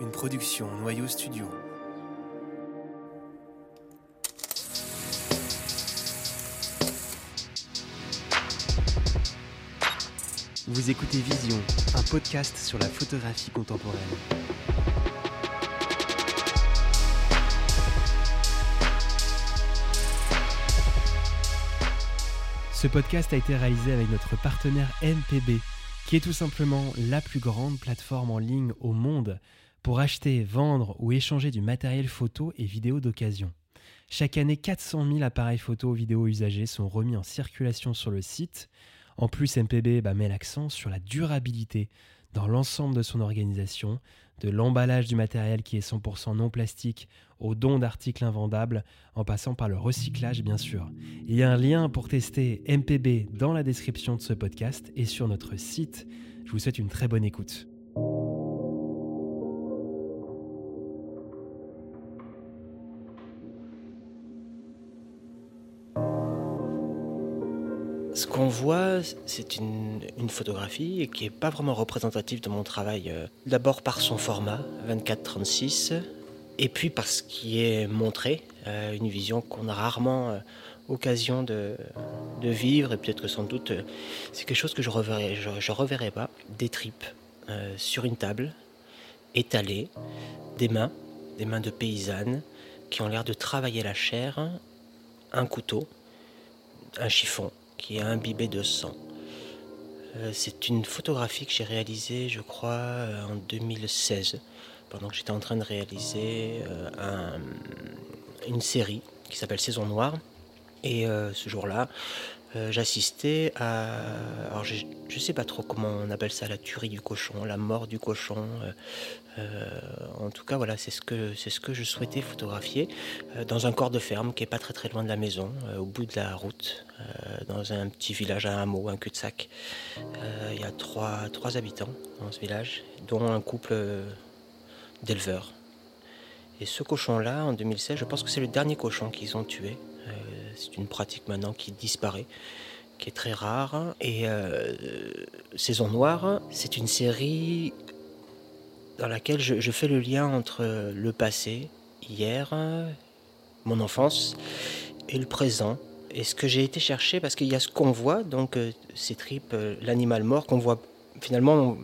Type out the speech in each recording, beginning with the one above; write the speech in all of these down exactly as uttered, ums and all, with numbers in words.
une production Noyau Studio. Vous écoutez Vision, un podcast sur la photographie contemporaine. Ce podcast a été réalisé avec notre partenaire M P B, qui est tout simplement la plus grande plateforme en ligne au monde pour acheter, vendre ou échanger du matériel photo et vidéo d'occasion. Chaque année, quatre cent mille appareils photo ou vidéo usagés sont remis en circulation sur le site. En plus, M P B bah, met l'accent sur la durabilité dans l'ensemble de son organisation, de l'emballage du matériel qui est cent pour cent non plastique au don d'articles invendables, en passant par le recyclage bien sûr. Il y a un lien pour tester M P B dans la description de ce podcast et sur notre site. Je vous souhaite une très bonne écoute. Ce qu'on voit, c'est une, une photographie qui n'est pas vraiment représentative de mon travail. D'abord par son format, vingt-quatre trente-six, et puis par ce qui est montré, euh, une vision qu'on a rarement euh, occasion de, de vivre, et peut-être que sans doute euh, c'est quelque chose que je ne reverrai, je, je reverrai pas. Des tripes euh, sur une table, étalées, des mains, des mains de paysannes qui ont l'air de travailler la chair, un couteau, un chiffon qui est imbibé de sang. Euh, c'est une photographie que j'ai réalisée, je crois, euh, en deux mille seize, pendant que j'étais en train de réaliser euh, un, une série qui s'appelle Saison Noire. Et euh, ce jour-là, euh, j'assistais à... Alors je ne sais pas trop comment on appelle ça, la tuerie du cochon, la mort du cochon. Euh, euh, en tout cas, voilà, c'est ce que, c'est ce que je souhaitais photographier euh, dans un corps de ferme qui n'est pas très très loin de la maison, euh, au bout de la route, euh, dans un petit village, un hameau, un cul-de-sac. Euh, il y a trois, trois habitants dans ce village, dont un couple euh, d'éleveurs. Et ce cochon-là, en deux mille seize, je pense que c'est le dernier cochon qu'ils ont tué. Euh, c'est une pratique maintenant qui disparaît, qui est très rare. Et euh, Saison Noire, c'est une série dans laquelle je, je fais le lien entre le passé, hier, mon enfance, et le présent. Et ce que j'ai été chercher, parce qu'il y a ce qu'on voit, donc euh, ces tripes, euh, l'animal mort, qu'on voit finalement,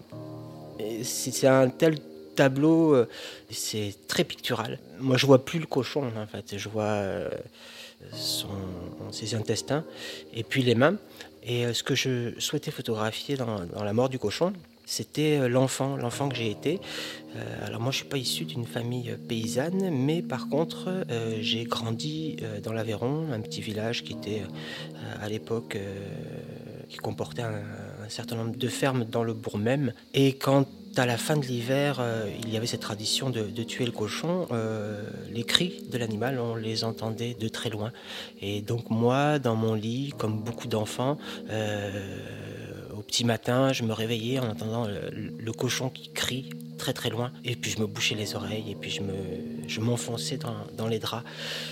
c'est, c'est un tel tableau, euh, c'est très pictural. Moi, je vois plus le cochon, en fait, je vois euh, son, ses intestins, et puis les mains. Et euh, ce que je souhaitais photographier dans, dans la mort du cochon, c'était l'enfant, l'enfant que j'ai été. Euh, alors moi, je ne suis pas issu d'une famille paysanne, mais par contre, euh, j'ai grandi euh, dans l'Aveyron, un petit village qui était euh, à l'époque, euh, qui comportait un, un certain nombre de fermes dans le bourg même. Et quand à la fin de l'hiver, euh, il y avait cette tradition de, de tuer le cochon, euh, les cris de l'animal, on les entendait de très loin. Et donc moi, dans mon lit, comme beaucoup d'enfants, euh, au petit matin, je me réveillais en entendant le, le cochon qui crie très très loin. Et puis je me bouchais les oreilles et puis je, me, je m'enfonçais dans, dans les draps.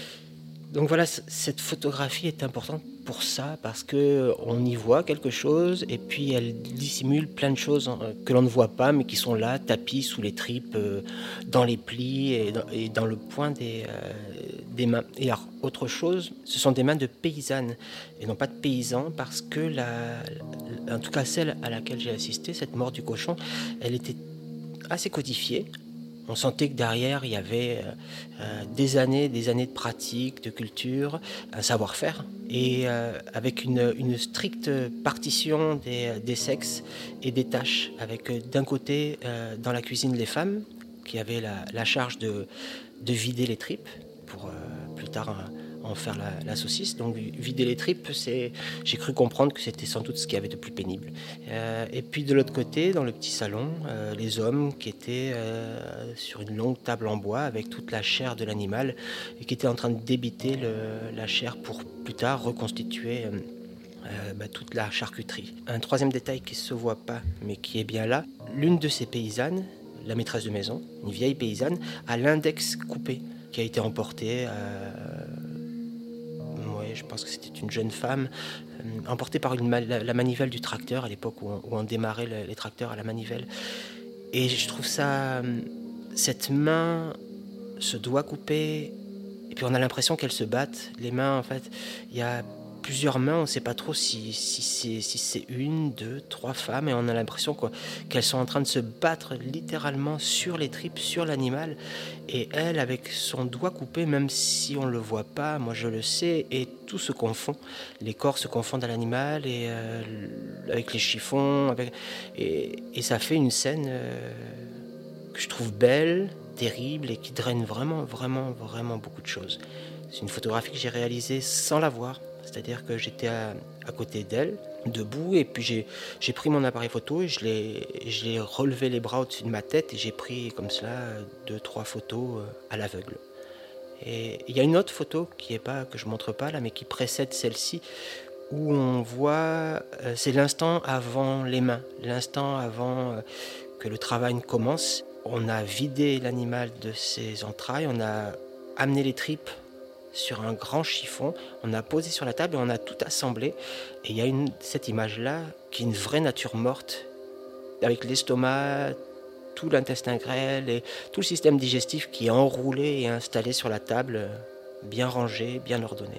Donc voilà, cette photographie est importante pour ça, parce qu'on y voit quelque chose et puis elle dissimule plein de choses que l'on ne voit pas, mais qui sont là, tapis sous les tripes, dans les plis et dans, et dans le point des, euh, des mains. Et alors, autre chose, ce sont des mains de paysannes et non pas de paysans, parce que, la, en tout cas celle à laquelle j'ai assisté, cette mort du cochon, elle était assez codifiée. On sentait que derrière, il y avait euh, des années, des années de pratique, de culture, un savoir-faire, et euh, avec une, une stricte partition des, des sexes et des tâches, avec euh, d'un côté, euh, dans la cuisine, les femmes, qui avaient la, la charge de, de vider les tripes, pour euh, plus tard euh, en faire la, la saucisse. Donc vider les tripes, c'est, j'ai cru comprendre que c'était sans doute ce qu'il y avait de plus pénible. Euh, et puis de l'autre côté, dans le petit salon, euh, les hommes qui étaient euh, sur une longue table en bois avec toute la chair de l'animal et qui étaient en train de débiter le, la chair pour plus tard reconstituer euh, euh, bah, toute la charcuterie. Un troisième détail qui ne se voit pas, mais qui est bien là, l'une de ces paysannes, la maîtresse de maison, une vieille paysanne, a l'index coupé, qui a été emporté euh, je pense que c'était une jeune femme, euh, emportée par une, la, la manivelle du tracteur, à l'époque où on, où on démarrait le, les tracteurs à la manivelle. Et je trouve ça, cette main, ce doigt coupé, et puis on a l'impression qu'elles se battent. Les mains, en fait, il y a plusieurs mains, on ne sait pas trop si, si c'est si c'est une, deux, trois femmes, et on a l'impression quoi, qu'elles sont en train de se battre littéralement sur les tripes, sur l'animal. Et elle, avec son doigt coupé, même si on ne le voit pas, moi je le sais, et tout se confond. Les corps se confondent à l'animal, et euh, avec les chiffons, avec... Et, et ça fait une scène euh, que je trouve belle, terrible, et qui draine vraiment, vraiment, vraiment beaucoup de choses. C'est une photographie que j'ai réalisée sans la voir. C'est-à-dire que j'étais à, à côté d'elle, debout, et puis j'ai, j'ai pris mon appareil photo et je l'ai, je l'ai relevé les bras au-dessus de ma tête et j'ai pris comme cela deux, trois photos à l'aveugle. Et il y a une autre photo qui est pas, que je montre pas là, mais qui précède celle-ci, où on voit, euh, c'est l'instant avant les mains, l'instant avant euh, que le travail ne commence. On a vidé l'animal de ses entrailles, on a amené les tripes sur un grand chiffon, on a posé sur la table et on a tout assemblé. Et il y a une, cette image-là qui est une vraie nature morte, avec l'estomac, tout l'intestin grêle et tout le système digestif qui est enroulé et installé sur la table, bien rangé, bien ordonné.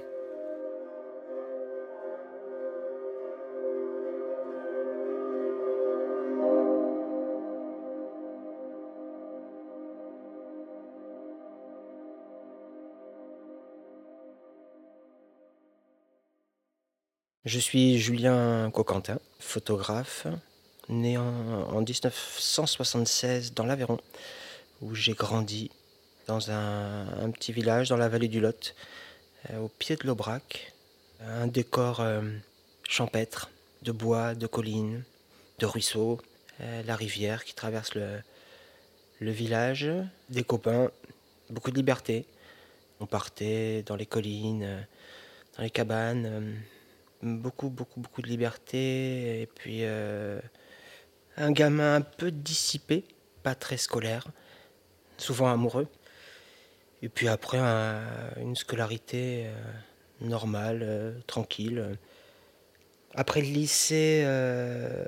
Je suis Julien Coquentin, photographe, né en, en dix-neuf cent soixante-seize dans l'Aveyron, où j'ai grandi dans un, un petit village dans la vallée du Lot, euh, au pied de l'Aubrac. Un décor euh, champêtre, de bois, de collines, de ruisseaux, euh, la rivière qui traverse le, le village, des copains, beaucoup de liberté. On partait dans les collines, euh, dans les cabanes, euh, beaucoup, beaucoup, beaucoup de liberté. Et puis euh, un gamin un peu dissipé, pas très scolaire, souvent amoureux. Et puis après, un, une scolarité euh, normale, euh, tranquille. Après le lycée, euh,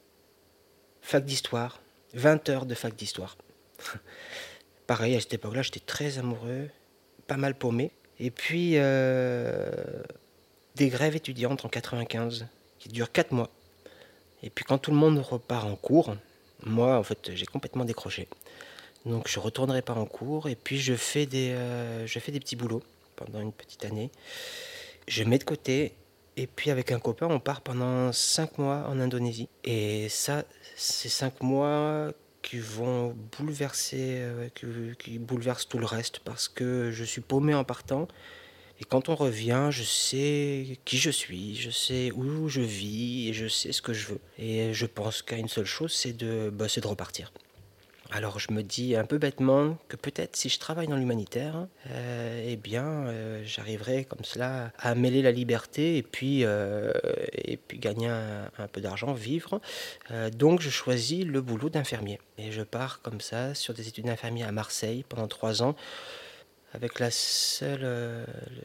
fac d'histoire, vingt heures de fac d'histoire. Pareil, à cette époque-là, j'étais très amoureux, pas mal paumé. Et puis, euh, des grèves étudiantes en quatre-vingt-quinze, qui durent quatre mois. Et puis quand tout le monde repart en cours, moi, en fait, j'ai complètement décroché. Donc je retournerai pas en cours, et puis je fais des, euh, je fais des petits boulots pendant une petite année. Je mets de côté, et puis avec un copain, on part pendant cinq mois en Indonésie. Et ça, c'est cinq mois qui vont bouleverser, euh, qui, qui bouleversent tout le reste, parce que je suis paumé en partant. Et quand on revient, je sais qui je suis, je sais où je vis, et je sais ce que je veux. Et je pense qu'à une seule chose, c'est de, bah, c'est de repartir. Alors je me dis un peu bêtement que peut-être si je travaille dans l'humanitaire, euh, eh bien euh, j'arriverai comme cela à mêler la liberté et puis, euh, et puis gagner un, un peu d'argent, vivre. Euh, donc je choisis le boulot d'infirmier. Et je pars comme ça sur des études d'infirmier à Marseille pendant trois ans, avec la seule euh,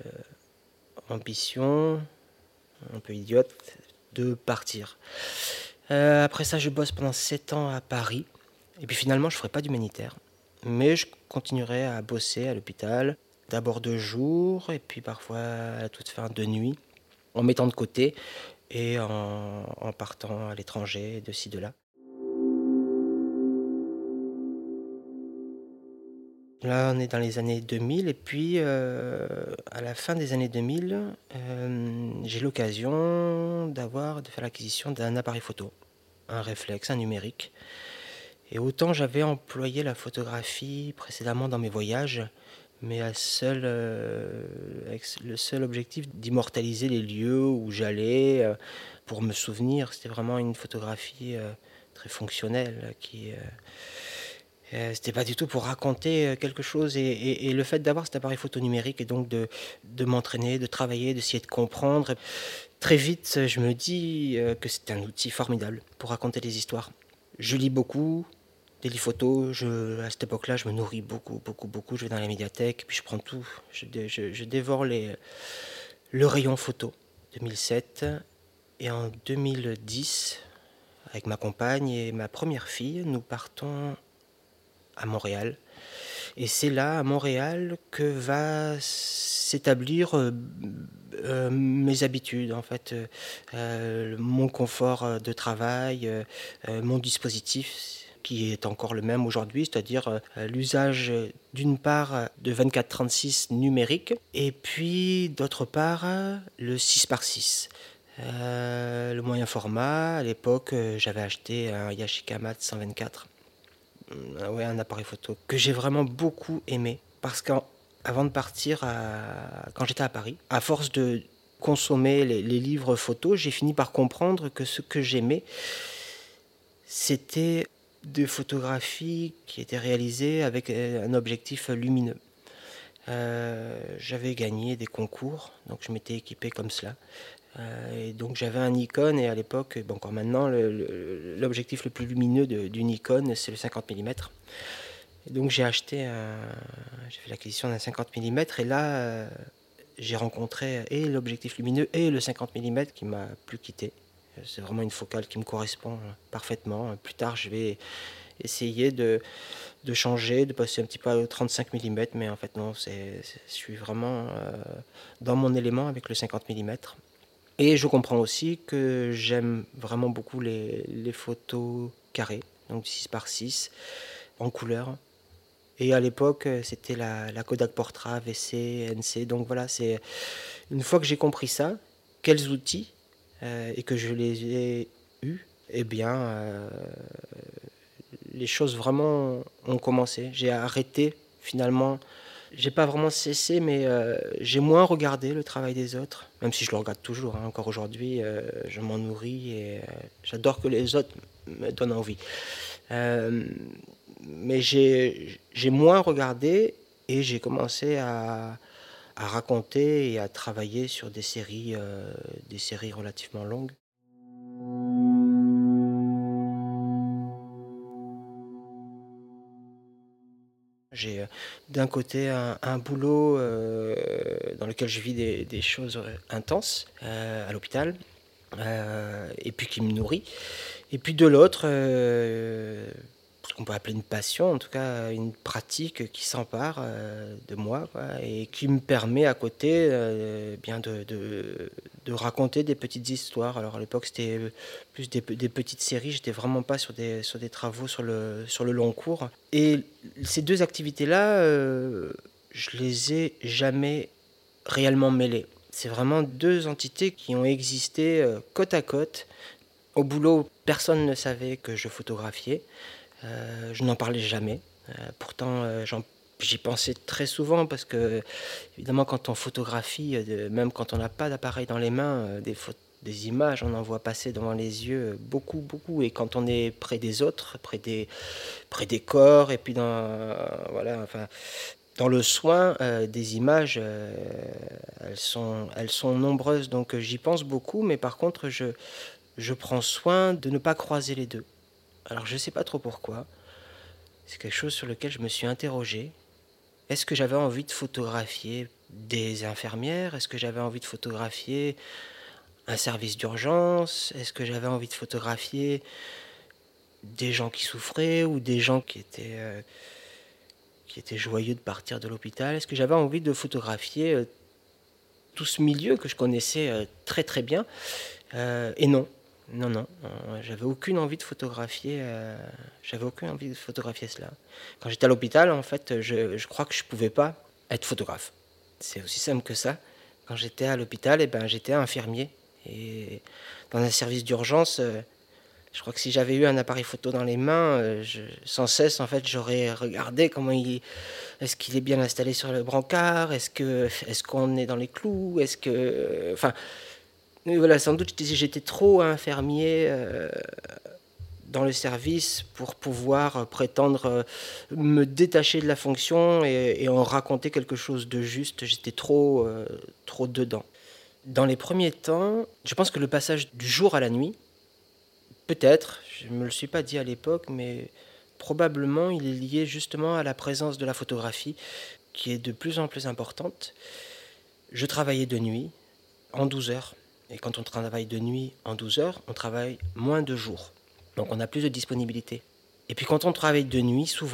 ambition, un peu idiote, de partir. Euh, après ça, je bosse pendant sept ans à Paris. Et puis finalement, je ne ferai pas d'humanitaire. Mais je continuerai à bosser à l'hôpital, d'abord de jour, et puis parfois à toute fin de nuit, en mettant de côté et en, en partant à l'étranger, de ci, de là. Là, on est dans les années deux mille, et puis euh, à la fin des années deux mille, euh, j'ai l'occasion d'avoir, de faire l'acquisition d'un appareil photo, un réflexe, un numérique. Et autant j'avais employé la photographie précédemment dans mes voyages, mais à seul, euh, avec le seul objectif d'immortaliser les lieux où j'allais, euh, pour me souvenir. C'était vraiment une photographie euh, très fonctionnelle, qui... Euh, euh, c'était pas du tout pour raconter euh, quelque chose. Et, et, et le fait d'avoir cet appareil photo numérique, et donc de, de m'entraîner, de travailler, d'essayer de comprendre, très vite je me dis euh, que c'est un outil formidable pour raconter des histoires. Je lis beaucoup, des livres photos. Je, à cette époque-là, je me nourris beaucoup, beaucoup, beaucoup. Je vais dans la médiathèque, puis je prends tout. Je, je, je dévore les, le rayon photo. deux mille sept, et en deux mille dix, avec ma compagne et ma première fille, nous partons à Montréal. Et c'est là, à Montréal, que va s'établir euh, euh, mes habitudes, en fait, euh, euh, mon confort de travail, euh, euh, mon dispositif, qui est encore le même aujourd'hui, c'est-à-dire euh, l'usage d'une part de vingt-quatre trente-six numérique, et puis d'autre part le six par six. Euh, le moyen format, à l'époque, euh, j'avais acheté un Yashica Mat cent vingt-quatre. Euh, ouais, un appareil photo que j'ai vraiment beaucoup aimé. Parce qu'avant de partir, à, quand j'étais à Paris, à force de consommer les, les livres photos, j'ai fini par comprendre que ce que j'aimais, c'était des photographies qui étaient réalisées avec un objectif lumineux. Euh, j'avais gagné des concours, donc je m'étais équipé comme cela. Euh, et donc j'avais un Nikon, et à l'époque, bon, encore maintenant, le, le, l'objectif le plus lumineux de, du Nikon, c'est le cinquante millimètres. Et donc j'ai acheté un, j'ai fait l'acquisition d'un cinquante millimètres, et là euh, j'ai rencontré et l'objectif lumineux et le cinquante millimètres qui m'a plus quitté. C'est vraiment une focale qui me correspond parfaitement. Plus tard, je vais essayer de, de changer, de passer un petit peu au trente-cinq millimètres, mais en fait non, c'est, c'est, je suis vraiment euh, dans mon élément avec le cinquante millimètres. Et je comprends aussi que j'aime vraiment beaucoup les, les photos carrées, donc six par six, en couleur. Et à l'époque, c'était la, la Kodak Portra, V C, N C. Donc voilà, c'est une fois que j'ai compris ça, quels outils, euh, et que je les ai eus, eh bien, euh, les choses vraiment ont commencé. J'ai arrêté finalement. J'ai pas vraiment cessé, mais euh, j'ai moins regardé le travail des autres, même si je le regarde toujours. Hein, encore aujourd'hui, euh, je m'en nourris et euh, j'adore que les autres me donnent envie. Euh, mais j'ai, j'ai moins regardé, et j'ai commencé à, à raconter et à travailler sur des séries, euh, des séries relativement longues. J'ai euh, d'un côté un, un boulot euh, dans lequel je vis des, des choses intenses euh, à l'hôpital, euh, et puis qui me nourrit. Et puis de l'autre, euh, ce qu'on peut appeler une passion, en tout cas une pratique qui s'empare euh, de moi, quoi, et qui me permet à côté euh, bien de, de, de raconter des petites histoires. Alors à l'époque c'était plus des, des petites séries, j'étais vraiment pas sur des, sur des travaux sur le, sur le long cours. Et ces deux activités-là, euh, je les ai jamais réellement mêlées. C'est vraiment deux entités qui ont existé euh, côte à côte. Au boulot, personne ne savait que je photographiais. Euh, je n'en parlais jamais. Euh, pourtant, euh, j'en, j'y pensais très souvent parce que, évidemment, quand on photographie, euh, même quand on n'a pas d'appareil dans les mains, euh, des, photos, des images, on en voit passer devant les yeux euh, beaucoup, beaucoup. Et quand on est près des autres, près des, près des corps, et puis dans, euh, voilà, enfin, dans le soin euh, des images, euh, elles sont, elles sont nombreuses. Donc, euh, j'y pense beaucoup, mais par contre, je je prends soin de ne pas croiser les deux. Alors je ne sais pas trop pourquoi. C'est quelque chose sur lequel je me suis interrogé. Est-ce que j'avais envie de photographier des infirmières? Est-ce que j'avais envie de photographier un service d'urgence? Est-ce que j'avais envie de photographier des gens qui souffraient ou des gens qui étaient, euh, qui étaient joyeux de partir de l'hôpital? Est-ce que j'avais envie de photographier euh, tout ce milieu que je connaissais euh, très très bien? euh, Et non. Non, non, euh, j'avais aucune envie de photographier, euh, j'avais aucune envie de photographier cela. Quand j'étais à l'hôpital, en fait, je, je crois que je pouvais pas être photographe. C'est aussi simple que ça. Quand j'étais à l'hôpital, eh ben, j'étais infirmier. Et dans un service d'urgence, euh, je crois que si j'avais eu un appareil photo dans les mains, euh, je, sans cesse, en fait, j'aurais regardé comment il, est-ce qu'il est bien installé sur le brancard, est-ce que, est-ce qu'on est dans les clous, est-ce que, euh, enfin. Mais voilà, sans doute j'étais, j'étais trop infirmier euh, dans le service pour pouvoir prétendre euh, me détacher de la fonction et, et en raconter quelque chose de juste. J'étais trop, euh, trop dedans. Dans les premiers temps, je pense que le passage du jour à la nuit, peut-être, je ne me le suis pas dit à l'époque, mais probablement il est lié justement à la présence de la photographie qui est de plus en plus importante. Je travaillais de nuit, en douze heures. Et quand on travaille de nuit en douze heures, on travaille moins de jours. Donc on a plus de disponibilité. Et puis quand on travaille de nuit, souvent,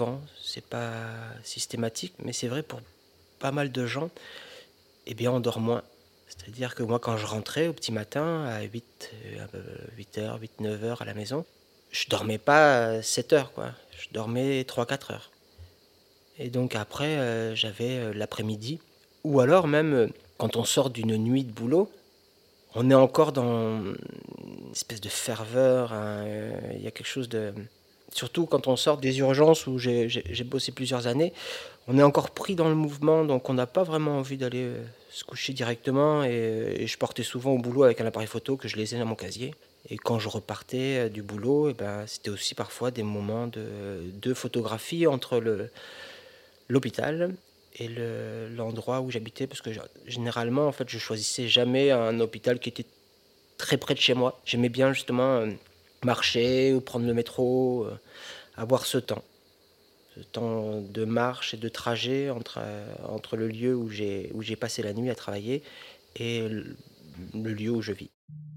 c'est pas systématique, mais c'est vrai pour pas mal de gens, eh bien, on dort moins. C'est-à-dire que moi, quand je rentrais au petit matin à huit, heu, huit heures, huit neuf heures à la maison, je dormais pas, heu, sept heures, quoi. Je dormais trois quatre heures et donc après, heu, j'avais, heu, l'après-midi ou alors même, heu, quand on sort d'une nuit de boulot, on est encore dans une espèce de ferveur, un, heu, il y a quelque chose de surtout quand on sort des urgences où j'ai j'ai j'ai bossé plusieurs années, on est encore pris dans le mouvement, donc on n'a pas vraiment envie d'aller, heu, se coucher directement et et je partais souvent au boulot avec un appareil photo que je laissais dans mon casier et quand je repartais, heu, du boulot et ben, c'était aussi parfois des moments de de photographie entre le l'hôpital et le l'endroit où j'habitais parce que, gé généralement, en fait, je choisissais jamais un hôpital qui était très près de chez moi. J'aimais bien justement, hem, marcher ou prendre le métro, heu, avoir ce temps. Ce temps de marche et de trajet entre, heu, entre le lieu où j'ai où j'ai passé la nuit à travailler et l le lieu où je vis.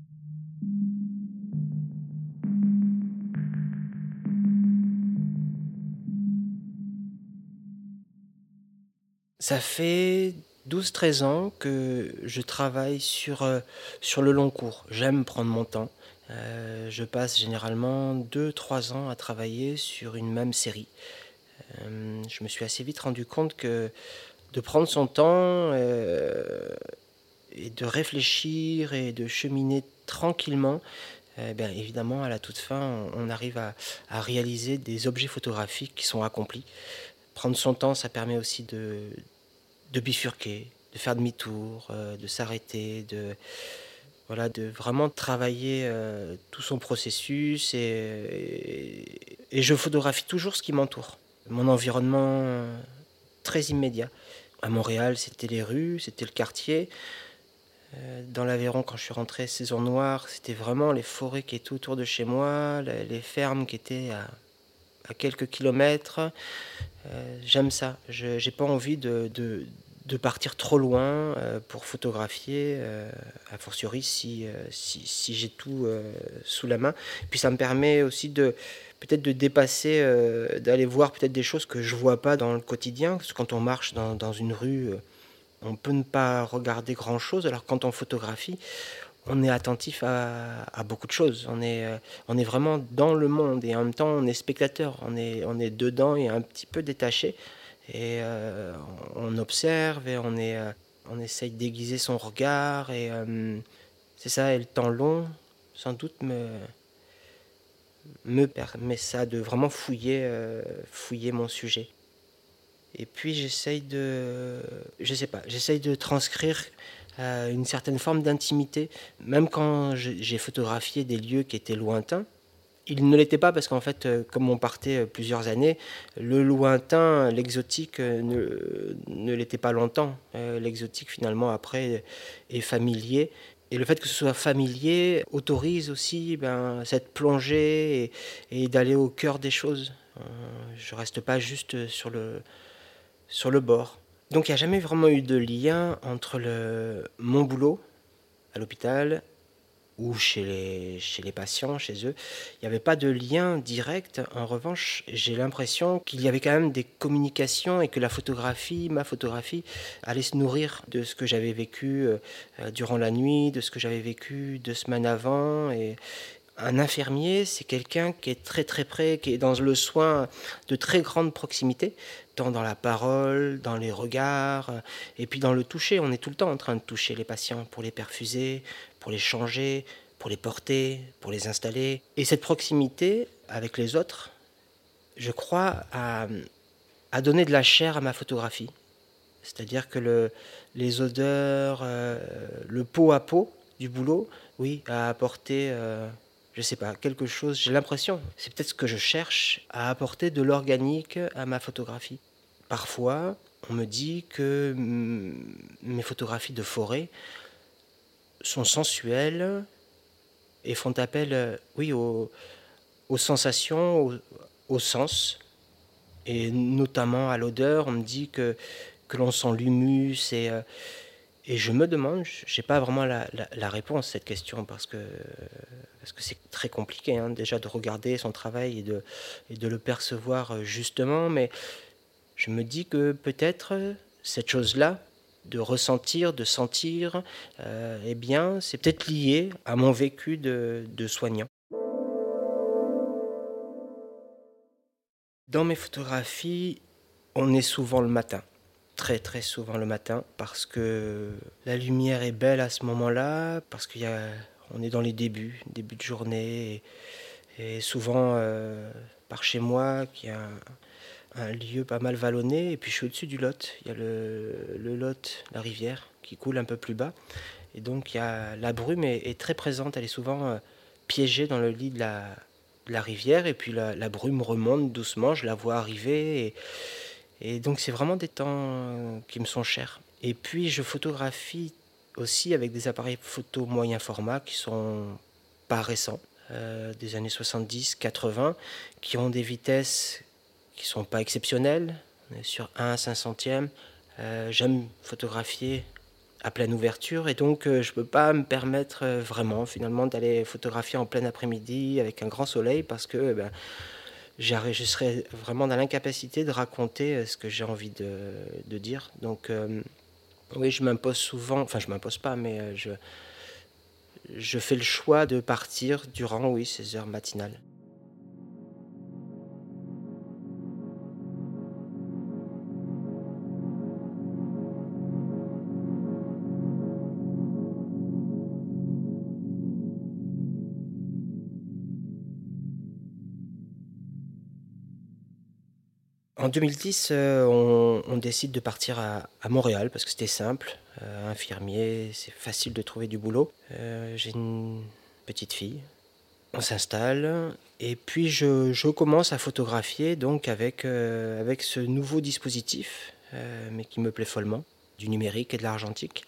Ça fait douze treize ans que je travaille sur, heu, sur le long cours. J'aime prendre mon temps. Heu, je passe généralement deux trois ans à travailler sur une même série. Hem, je me suis assez vite rendu compte que de prendre son temps, heu et de réfléchir et de cheminer tranquillement, eh bien, évidemment, à la toute fin, on on arrive à à réaliser des objets photographiques qui sont accomplis. Prendre son temps, ça permet aussi de de bifurquer, de faire demi-tour, heu, de s'arrêter, de voilà, de vraiment travailler, heu, tout son processus et et je photographie toujours ce qui m'entoure. Mon environnement, heu, très immédiat. À Montréal, c'était les rues, c'était le quartier. Heu, dans l'Aveyron, quand je suis rentré, saison noire, c'était vraiment les forêts qui étaient autour de chez moi, les les fermes qui étaient à à quelques kilomètres. Heu, j'aime ça. Je j'ai pas envie de de de partir trop loin, heu, pour photographier, heu, a fortiori si, heu, si si j'ai tout, heu, sous la main. Puis ça me permet aussi de peut-être de dépasser, heu, d'aller voir peut-être des choses que je vois pas dans le quotidien. Parce que quand on marche dans dans une rue, heu, on peut ne pas regarder grand-chose, alors quand on photographie, on est attentif à à beaucoup de choses. On est, heu, on est vraiment dans le monde et en même temps on est spectateur. On est on est dedans et un petit peu détaché et heu, on observe et on est, heu, on essaye d'aiguiser son regard et hem, c'est ça et le temps long, sans doute me me permet ça de vraiment fouiller, heu, fouiller mon sujet. Et puis j'essaye de je sais pas, j'essaye de transcrire, heu, une certaine forme d'intimité. Même quand j'ai j'ai photographié des lieux qui étaient lointains, ils ne l'étaient pas parce qu'en fait, heu, comme on partait, heu, plusieurs années, le lointain, l'exotique, heu, ne ne l'était pas longtemps. Heu, l'exotique finalement après est familier et le fait que ce soit familier autorise aussi, ben, cette plongée et et d'aller au cœur des choses. Heu, je reste pas juste, sur le sur le bord. Donc il y a jamais vraiment eu de lien entre le mon boulot à l'hôpital ou chez les chez les patients, chez eux. Il y avait pas de lien direct. En revanche, j'ai l'impression qu'il y avait quand même des communications et que la photographie, ma photographie, allait se nourrir de ce que j'avais vécu, heu heu, durant la nuit, de ce que j'avais vécu deux semaines avant et un infirmier, c'est quelqu'un qui est très, très près, qui est dans le soin de très grande proximité, tant dans la parole, dans les regards, heu et puis dans le toucher. On est tout le temps en train de toucher les patients pour les perfuser, pour les changer, pour les porter, pour les installer et cette proximité avec les autres, je crois, a, mmh, a donné de la chair à ma photographie. C'est-à-dire que le les odeurs, heu, le pot à pot du boulot, oui, a apporté, heu, je sais pas, quelque chose, j'ai l'impression, c'est peut-être ce que je cherche, à apporter de l'organique à ma photographie. Parfois, on me dit que, mmh, mes photographies de forêt sont sensuelles et font appel, heu, oui, aux aux sensations, aux aux sens et notamment à l'odeur. On me dit que que l'on sent l'humus et heu et je me demande, j j'ai pas vraiment la la la réponse à cette question parce que parce que c'est très compliqué, hein, déjà de regarder son travail et de et de le percevoir, heu, justement. Mais Je me dis que peut-être euh, cette chose-là, de ressentir, de sentir, euh, eh bien, c'est peut-être lié à mon vécu de, de soignant. Dans mes photographies, on est souvent le matin, très très souvent le matin, parce que la lumière est belle à ce moment-là, parce qu'il y a, on est dans les débuts, début de journée, et, et souvent euh, par chez moi, qui est un, un lieu pas mal vallonné, et puis je suis au-dessus du Lot. Il y a le, le Lot, la rivière, qui coule un peu plus bas, et donc il y a, la brume est, est très présente, elle est souvent euh, piégée dans le lit de la, de la rivière, et puis la, la brume remonte doucement, je la vois arriver, et, et donc c'est vraiment des temps euh, qui me sont chers. Et puis je photographie aussi avec des appareils photo moyen format qui sont pas récents, euh, des années soixante-dix quatre-vingts, qui ont des vitesses qui sont pas exceptionnelles. On est sur un cinq centième. Euh, j'aime photographier à pleine ouverture et donc euh, je peux pas me permettre euh, vraiment finalement d'aller photographier en plein après-midi avec un grand soleil parce que eh ben, je serais vraiment dans l'incapacité de raconter euh, ce que j'ai envie de, de dire. Donc euh, oui, je m'impose souvent, enfin je m'impose pas, mais euh, je, je fais le choix de partir durant, oui, ces heures matinales. En deux mille dix, euh, on, on décide de partir à, à Montréal parce que c'était simple. Euh, infirmier, c'est facile de trouver du boulot. Euh, j'ai une petite fille. On s'installe et puis je, je commence à photographier donc avec, euh, avec ce nouveau dispositif, euh, mais qui me plaît follement, du numérique et de l'argentique.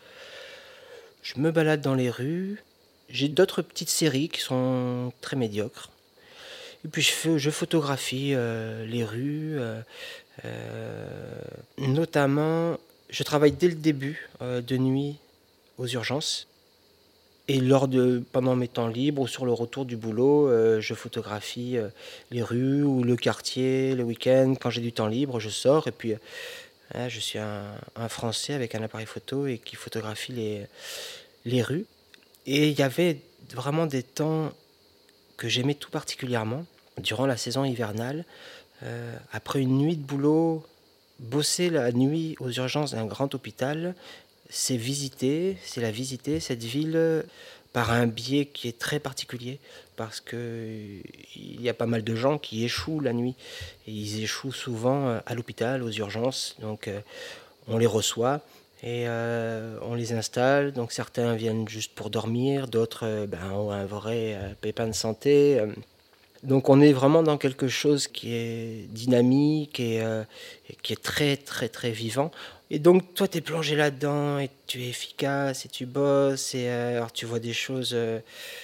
Je me balade dans les rues. J'ai d'autres petites séries qui sont très médiocres. Et puis je, fais, je photographie euh, les rues, euh, euh, notamment, je travaille dès le début euh, de nuit aux urgences. Et lors de, pendant mes temps libres ou sur le retour du boulot, euh, je photographie euh, les rues ou le quartier, le week-end. Quand j'ai du temps libre, je sors et puis euh, hein, je suis un, un Français avec un appareil photo et qui photographie les, les rues. Et il y avait vraiment des temps que j'aimais tout particulièrement durant la saison hivernale. Euh, après une nuit de boulot, bosser la nuit aux urgences d'un grand hôpital, c'est visiter, c'est la visiter, cette ville, par un biais qui est très particulier, parce qu'il y a pas mal de gens qui échouent la nuit. Et ils échouent souvent à l'hôpital, aux urgences, donc euh, on les reçoit et euh, on les installe. Donc certains viennent juste pour dormir, d'autres euh, ben, ont un vrai euh, pépin de santé. euh, donc on est vraiment dans quelque chose qui est dynamique et, euh, et qui est très très très vivant. Et donc toi tu es plongé là-dedans et tu es efficace et tu bosses et euh, alors tu vois des choses euh,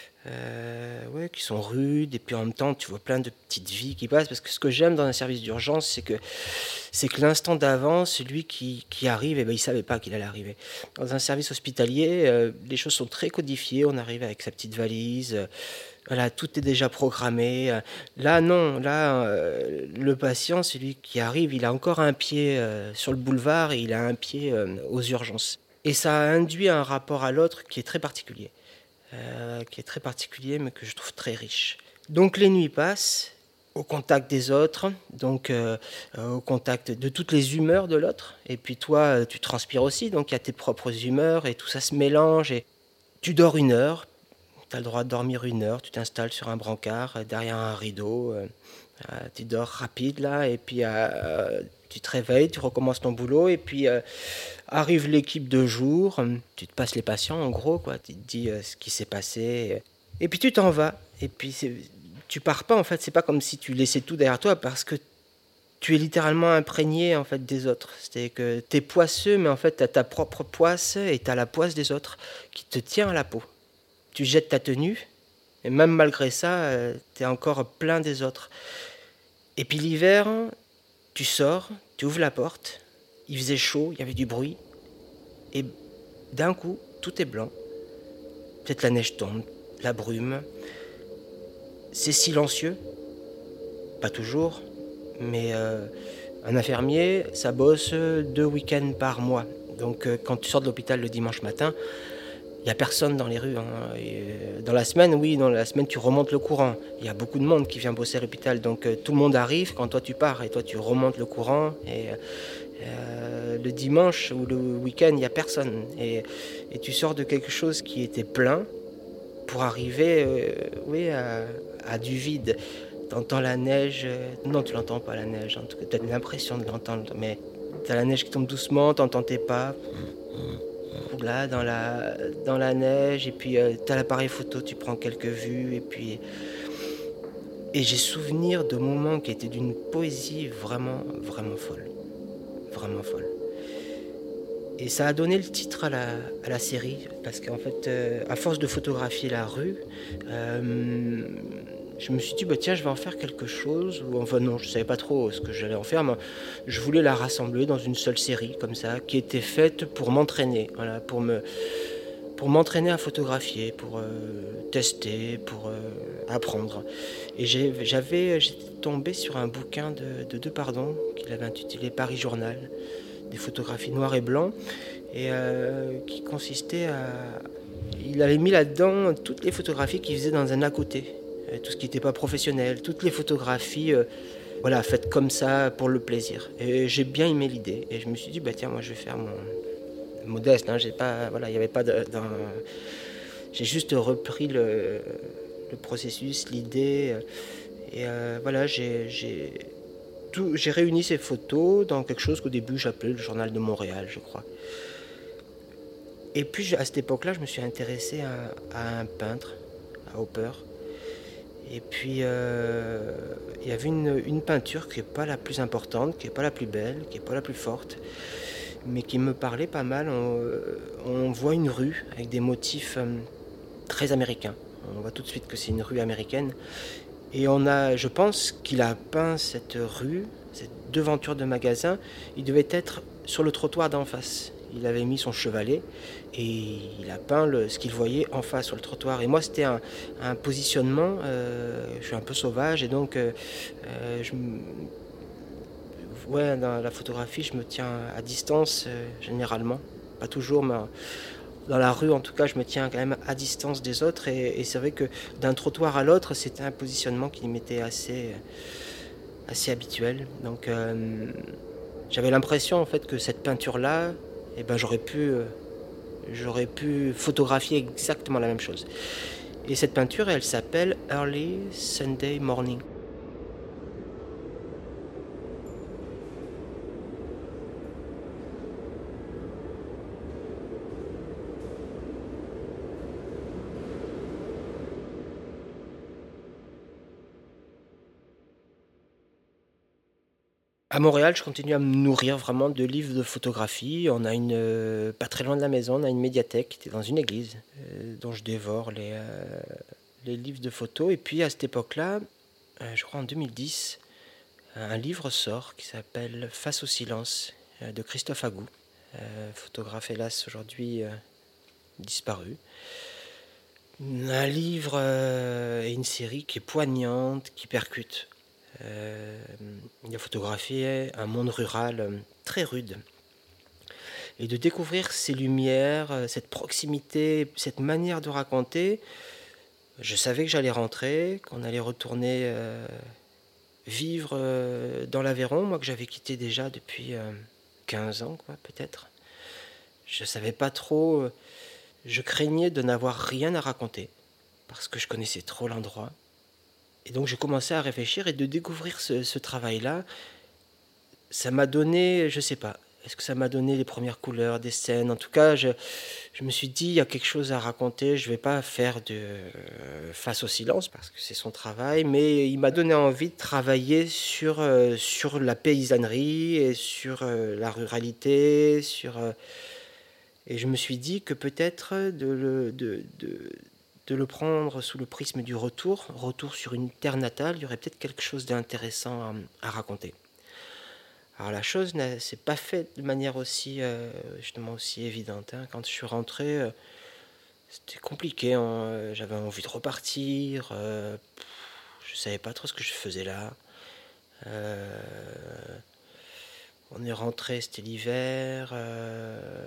euh, ouais, qui sont rudes et puis en même temps tu vois plein de petites vies qui passent parce que ce que j'aime dans un service d'urgence c'est que c'est que l'instant d'avant celui qui, qui arrive et ben, il savait pas qu'il allait arriver. Dans un service hospitalier euh, les choses sont très codifiées, on arrive avec sa petite valise, euh, voilà, tout est déjà programmé. Là, non, là, euh, le patient, celui qui arrive, il a encore un pied euh, sur le boulevard et il a un pied euh, aux urgences. Et ça a induit un rapport à l'autre qui est très particulier, euh, qui est très particulier, mais que je trouve très riche. Donc les nuits passent au contact des autres, donc euh, euh, au contact de toutes les humeurs de l'autre. Et puis toi, tu transpires aussi, donc il y a tes propres humeurs et tout ça se mélange. Et tu dors une heure. Tu as le droit de dormir une heure, tu t'installes sur un brancard, euh, derrière un rideau, euh, euh, tu dors rapide là, et puis euh, tu te réveilles, tu recommences ton boulot, et puis euh, arrive l'équipe de jour, euh, tu te passes les patients en gros, quoi, tu te dis euh, ce qui s'est passé, et puis tu t'en vas, et puis c'est, tu pars pas en fait, c'est pas comme si tu laissais tout derrière toi, parce que tu es littéralement imprégné en fait des autres. C'est que tu es poisseux, mais en fait tu as ta propre poisse et tu as la poisse des autres qui te tient à la peau. Tu jettes ta tenue, et même malgré ça, euh, tu es encore plein des autres. Et puis l'hiver, tu sors, tu ouvres la porte, il faisait chaud, il y avait du bruit, et d'un coup, tout est blanc. Peut-être la neige tombe, la brume. C'est silencieux, pas toujours, mais euh, Un infirmier, ça bosse deux week-ends par mois. Donc euh, quand tu sors de l'hôpital le dimanche matin, il n'y a personne dans les rues. Hein. Et, euh, dans la semaine, oui, dans la semaine, tu remontes le courant. Il y a beaucoup de monde qui vient bosser à l'hôpital. Donc euh, tout le monde arrive quand toi tu pars et toi tu remontes le courant. Et euh, le dimanche ou le week-end, il n'y a personne. Et, et tu sors de quelque chose qui était plein pour arriver euh, oui, à, à du vide. T'entends la neige. euh, Non, tu l'entends pas la neige. En tout cas, tu as l'impression de l'entendre. Mais tu as la neige qui tombe doucement, t'entends tes pas. Là, dans la, dans la neige, et puis euh, tu as l'appareil photo, tu prends quelques vues, et puis. Et j'ai souvenir de moments qui étaient d'une poésie vraiment, vraiment folle. Vraiment folle. Et ça a donné le titre à la, à la série, parce qu'en fait, euh, à force de photographier la rue, euh, je me suis dit, bah, tiens, je vais en faire quelque chose. Ou enfin, non, je ne savais pas trop ce que j'allais en faire, mais je voulais la rassembler dans une seule série, comme ça, qui était faite pour m'entraîner, voilà, pour me, pour m'entraîner à photographier, pour euh, tester, pour euh, apprendre. Et j'ai, j'avais, j'étais tombé sur un bouquin de, de Depardon, qu'il avait intitulé Paris Journal, des photographies noires et blancs, et euh, qui consistait à... Il avait mis là-dedans toutes les photographies qu'il faisait dans un à côté, euh, tout ce qui n'était pas professionnel, toutes les photographies euh, voilà, faites comme ça pour le plaisir. Et j'ai bien aimé l'idée, et je me suis dit, bah tiens, moi je vais faire mon... modeste, hein, j'ai pas, voilà, il n'y avait pas de, d'un... J'ai juste repris le, le processus, l'idée, et euh, voilà, j'ai, j'ai, tout, j'ai réuni ces photos dans quelque chose qu'au début j'appelais le journal de Montréal, je crois. Et puis à cette époque-là, je me suis intéressé à, à un peintre, à Hopper. Et puis euh, il y avait une, une peinture qui n'est pas la plus importante, qui n'est pas la plus belle, qui n'est pas la plus forte, mais qui me parlait pas mal. On, on voit une rue avec des motifs euh, très américains. On voit tout de suite que c'est une rue américaine. Et on a, je pense qu'il a peint cette rue, cette devanture de magasin. Il devait être sur le trottoir d'en face. Il avait mis son chevalet et il a peint le, ce qu'il voyait en face sur le trottoir. Et moi, c'était un, un positionnement. Euh, je suis un peu sauvage et donc, euh, euh, je, ouais, dans la photographie, je me tiens à distance euh, généralement, pas toujours, mais dans la rue, en tout cas, je me tiens quand même à distance des autres. Et, et c'est vrai que d'un trottoir à l'autre, c'était un positionnement qui m'était assez, assez habituel. Donc, euh, j'avais l'impression en fait que cette peinture-là, eh ben, j'aurais pu, euh, j'aurais pu photographier exactement la même chose. Et cette peinture, elle s'appelle Early Sunday Morning. À Montréal, je continue à me nourrir vraiment de livres de photographie. On a une, euh, pas très loin de la maison, on a une médiathèque qui est dans une église, euh, dont je dévore les, euh, les livres de photos. Et puis à cette époque-là, euh, je crois en deux mille dix, un livre sort qui s'appelle Face au silence euh, de Christophe Agou, euh, photographe hélas aujourd'hui euh, disparu. Un livre euh, et une série qui est poignante, qui percute. Euh, il a photographié un monde rural euh, très rude. Et de découvrir ces lumières, euh, cette proximité, cette manière de raconter, je savais que j'allais rentrer, qu'on allait retourner euh, vivre euh, dans l'Aveyron, moi que j'avais quitté déjà depuis euh, quinze ans, quoi, peut-être. Je savais pas trop, euh, je craignais de n'avoir rien à raconter, parce que je connaissais trop l'endroit. Et donc j'ai commencé à réfléchir et de découvrir ce, ce travail-là, ça m'a donné, je sais pas, est-ce que ça m'a donné les premières couleurs des scènes? En tout cas, je, je me suis dit, il y a quelque chose à raconter, je vais pas faire de euh, face au silence parce que c'est son travail, mais il m'a donné envie de travailler sur, euh, sur la paysannerie et sur euh, la ruralité, sur... euh, et je me suis dit que peut-être de le, de, de, de le prendre sous le prisme du retour, retour sur une terre natale, il y aurait peut-être quelque chose d'intéressant à, à raconter. Alors la chose ne s'est pas faite de manière aussi, euh, justement aussi évidente. Hein. Quand je suis rentré, euh, c'était compliqué. Hein. Euh, J'avais envie de repartir. Euh, je savais pas trop ce que je faisais là. Euh, On est rentré, c'était l'hiver. euh,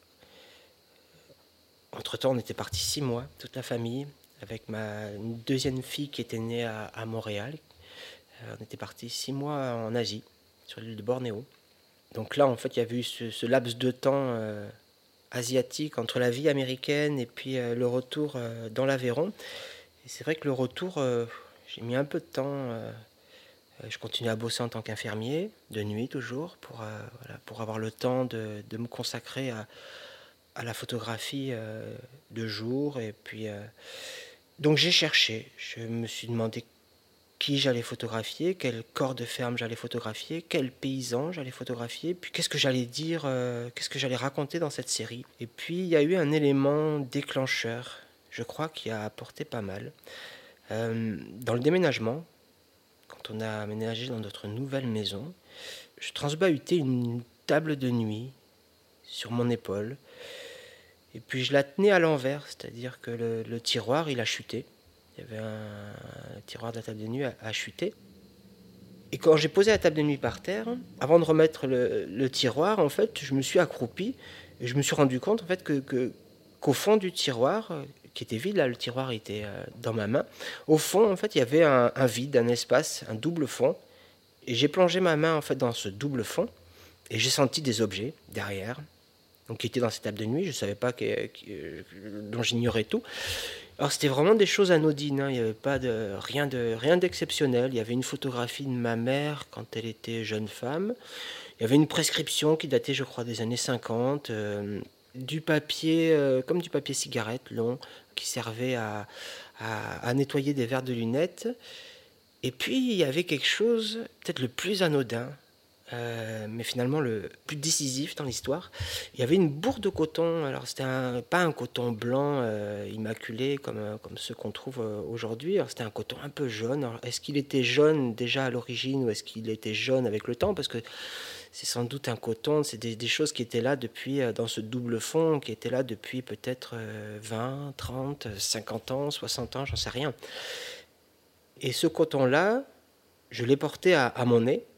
Entre-temps, on était parti six mois, toute la famille, avec ma une deuxième fille qui était née à, à Montréal. Euh, on était parti six mois en Asie, sur l'île de Bornéo. Donc là, en fait, il y avait eu ce, ce laps de temps euh, asiatique entre la vie américaine et puis euh, le retour euh, dans l'Aveyron. Et c'est vrai que le retour, euh, j'ai mis un peu de temps. euh, je continue à bosser en tant qu'infirmier, de nuit toujours, pour, euh, voilà, pour avoir le temps de, de me consacrer à, à la photographie euh, de jour. Et puis, euh, donc j'ai cherché, je me suis demandé qui j'allais photographier, quel corps de ferme j'allais photographier, quel paysan j'allais photographier, puis qu'est-ce que j'allais dire, euh, qu'est-ce que j'allais raconter dans cette série. Et puis il y a eu un élément déclencheur, je crois, qui a apporté pas mal. Euh, dans le déménagement, quand on a aménagé dans notre nouvelle maison, je transbahutais une table de nuit sur mon épaule, et puis je la tenais à l'envers, c'est-à-dire que le, le tiroir, il a chuté. Il y avait un, un tiroir de la table de nuit a, a chuté. Et quand j'ai posé la table de nuit par terre, avant de remettre le, le tiroir, en fait, je me suis accroupi et je me suis rendu compte en fait que, que qu'au fond du tiroir, qui était vide, là, le tiroir était euh, dans ma main. Au fond, en fait, il y avait un, un vide, un espace, un double fond. Et j'ai plongé ma main en fait dans ce double fond et j'ai senti des objets derrière, donc qui étaient dans cette table de nuit. Je savais pas que, que- dont j'ignorais tout. Alors c'était vraiment des choses anodines, hein. Il n'y avait pas de rien de rien d'exceptionnel. Il y avait une photographie de ma mère quand elle était jeune femme. Il y avait une prescription qui datait, je crois, des années cinquante. Euh, du papier, euh, comme du papier cigarette long, qui servait à, à, à nettoyer des verres de lunettes. Et puis il y avait quelque chose, peut-être le plus anodin, euh, mais finalement le plus décisif dans l'histoire. Il y avait une bourre de coton. Alors c'était un, pas un coton blanc euh, immaculé comme, euh, comme ceux qu'on trouve euh, aujourd'hui. Alors c'était un coton un peu jaune. Alors, est-ce qu'il était jaune déjà à l'origine ou est-ce qu'il était jaune avec le temps? Parce que c'est sans doute un coton, c'est des, des choses qui étaient là depuis, euh, dans ce double fond, qui étaient là depuis peut-être euh, vingt, trente, cinquante ans, soixante ans, j'en sais rien. Et ce coton-là, je l'ai porté à, à mon nez.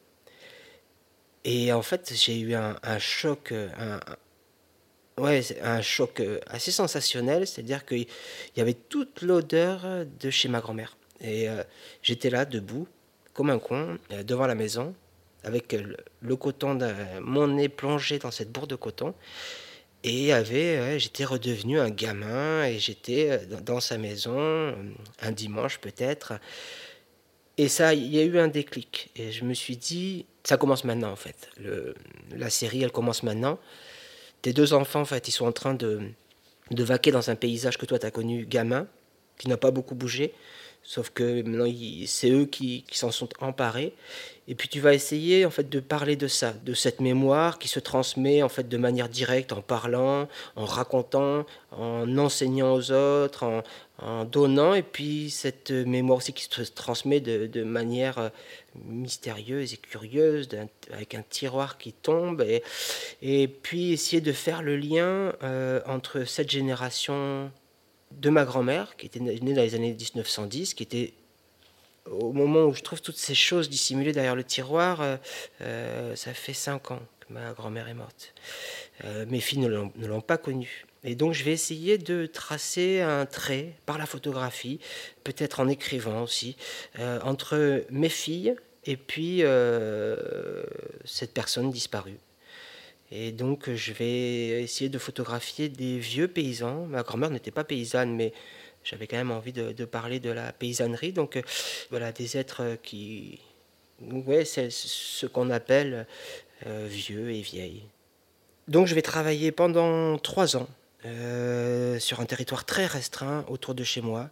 Et en fait, j'ai eu un, un choc, euh, un, un- ouais, c'est un choc euh, assez sensationnel. C'est-à-dire qu'il y avait toute l'odeur de chez ma grand-mère. Et euh, j'étais là, debout, comme un con, euh, devant la maison, avec euh, le, le coton, de, mon nez plongé dans cette bourre de coton. Et avait, ouais, j'étais redevenu un gamin et j'étais euh, dans, dans sa maison, euh, un dimanche peut-être. Et ça, il y a eu un déclic. Et je me suis dit, ça commence maintenant en fait. Le, la série, elle commence maintenant. Tes deux enfants, en fait, ils sont en train de, de vaquer dans un paysage que toi, tu as connu gamin, qui n'a pas beaucoup bougé. Sauf que maintenant, ils- c'est eux qui, qui s'en sont emparés. Et puis tu vas essayer en fait de parler de ça, de cette mémoire qui se transmet en fait de manière directe, en parlant, en racontant, en enseignant aux autres, en, en donnant, et puis cette mémoire aussi qui se transmet de, de manière euh, mystérieuse et curieuse, d'un- avec un tiroir qui tombe, et, et puis essayer de faire le lien euh, entre cette génération de ma grand-mère, qui était née dans les années mille neuf cent dix, qui était au moment où je trouve toutes ces choses dissimulées derrière le tiroir, euh, euh, ça fait cinq ans que ma grand-mère est morte. Euh, mes filles ne l'ont, ne l'ont pas connue. Et donc je vais essayer de tracer un trait par la photographie, peut-être en écrivant aussi, euh, entre mes filles et puis euh, cette personne disparue. Et donc je vais essayer de photographier des vieux paysans. Ma grand-mère n'était pas paysanne, mais j'avais quand même envie de, de parler de la paysannerie. Donc euh, voilà, des êtres euh, qui... Ouais, c'est ce qu'on appelle euh, vieux et vieilles. Donc je vais travailler pendant trois ans euh, sur un territoire très restreint autour de chez moi,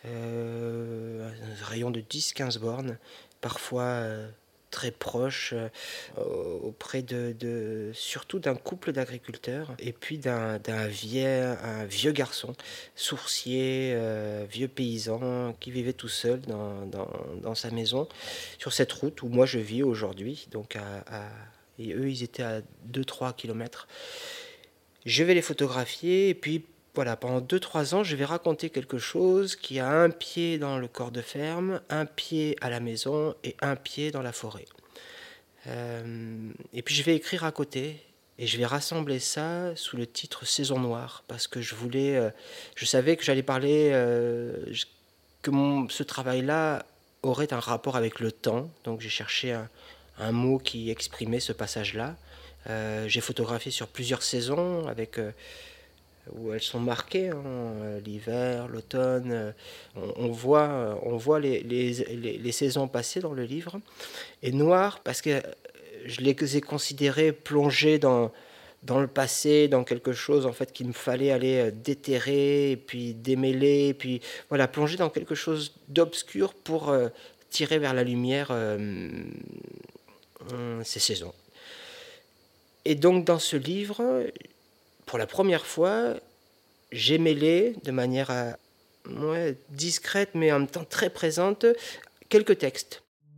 euh, un rayon de dix quinze bornes, parfois euh, très proche, euh, auprès de, de surtout d'un couple d'agriculteurs et puis d'un, d'un vieux, un vieux garçon, sourcier, euh, vieux paysan qui vivait tout seul dans, dans, dans sa maison sur cette route où moi je vis aujourd'hui, donc à, à et eux, ils étaient à deux trois kilomètres. Je vais les photographier et puis voilà, pendant deux trois ans, je vais raconter quelque chose qui a un pied dans le corps de ferme, un pied à la maison et un pied dans la forêt. Euh, et puis je vais écrire à côté. Et je vais rassembler ça sous le titre Saison Noire, parce que je voulais, euh, je savais que j'allais parler, euh, je- que mon, ce travail-là aurait un rapport avec le temps. Donc j'ai cherché un, un mot qui exprimait ce passage-là. Euh, j'ai photographié sur plusieurs saisons avec euh, où elles sont marquées, hein, euh, l'hiver, l'automne. euh, on, on voit, euh, on voit les, les, les, les saisons passées dans le livre. Et noir parce que euh, je les ai considérées plongées dans dans le passé, dans quelque chose en fait qu'il me fallait aller euh, déterrer, et puis démêler, et puis voilà, plonger dans quelque chose d'obscur pour euh, tirer vers la lumière euh, euh, ces saisons. Et donc dans ce livre, pour la première fois, j'ai mêlé de manière à, ouais, discrète mais en même temps très présente quelques textes.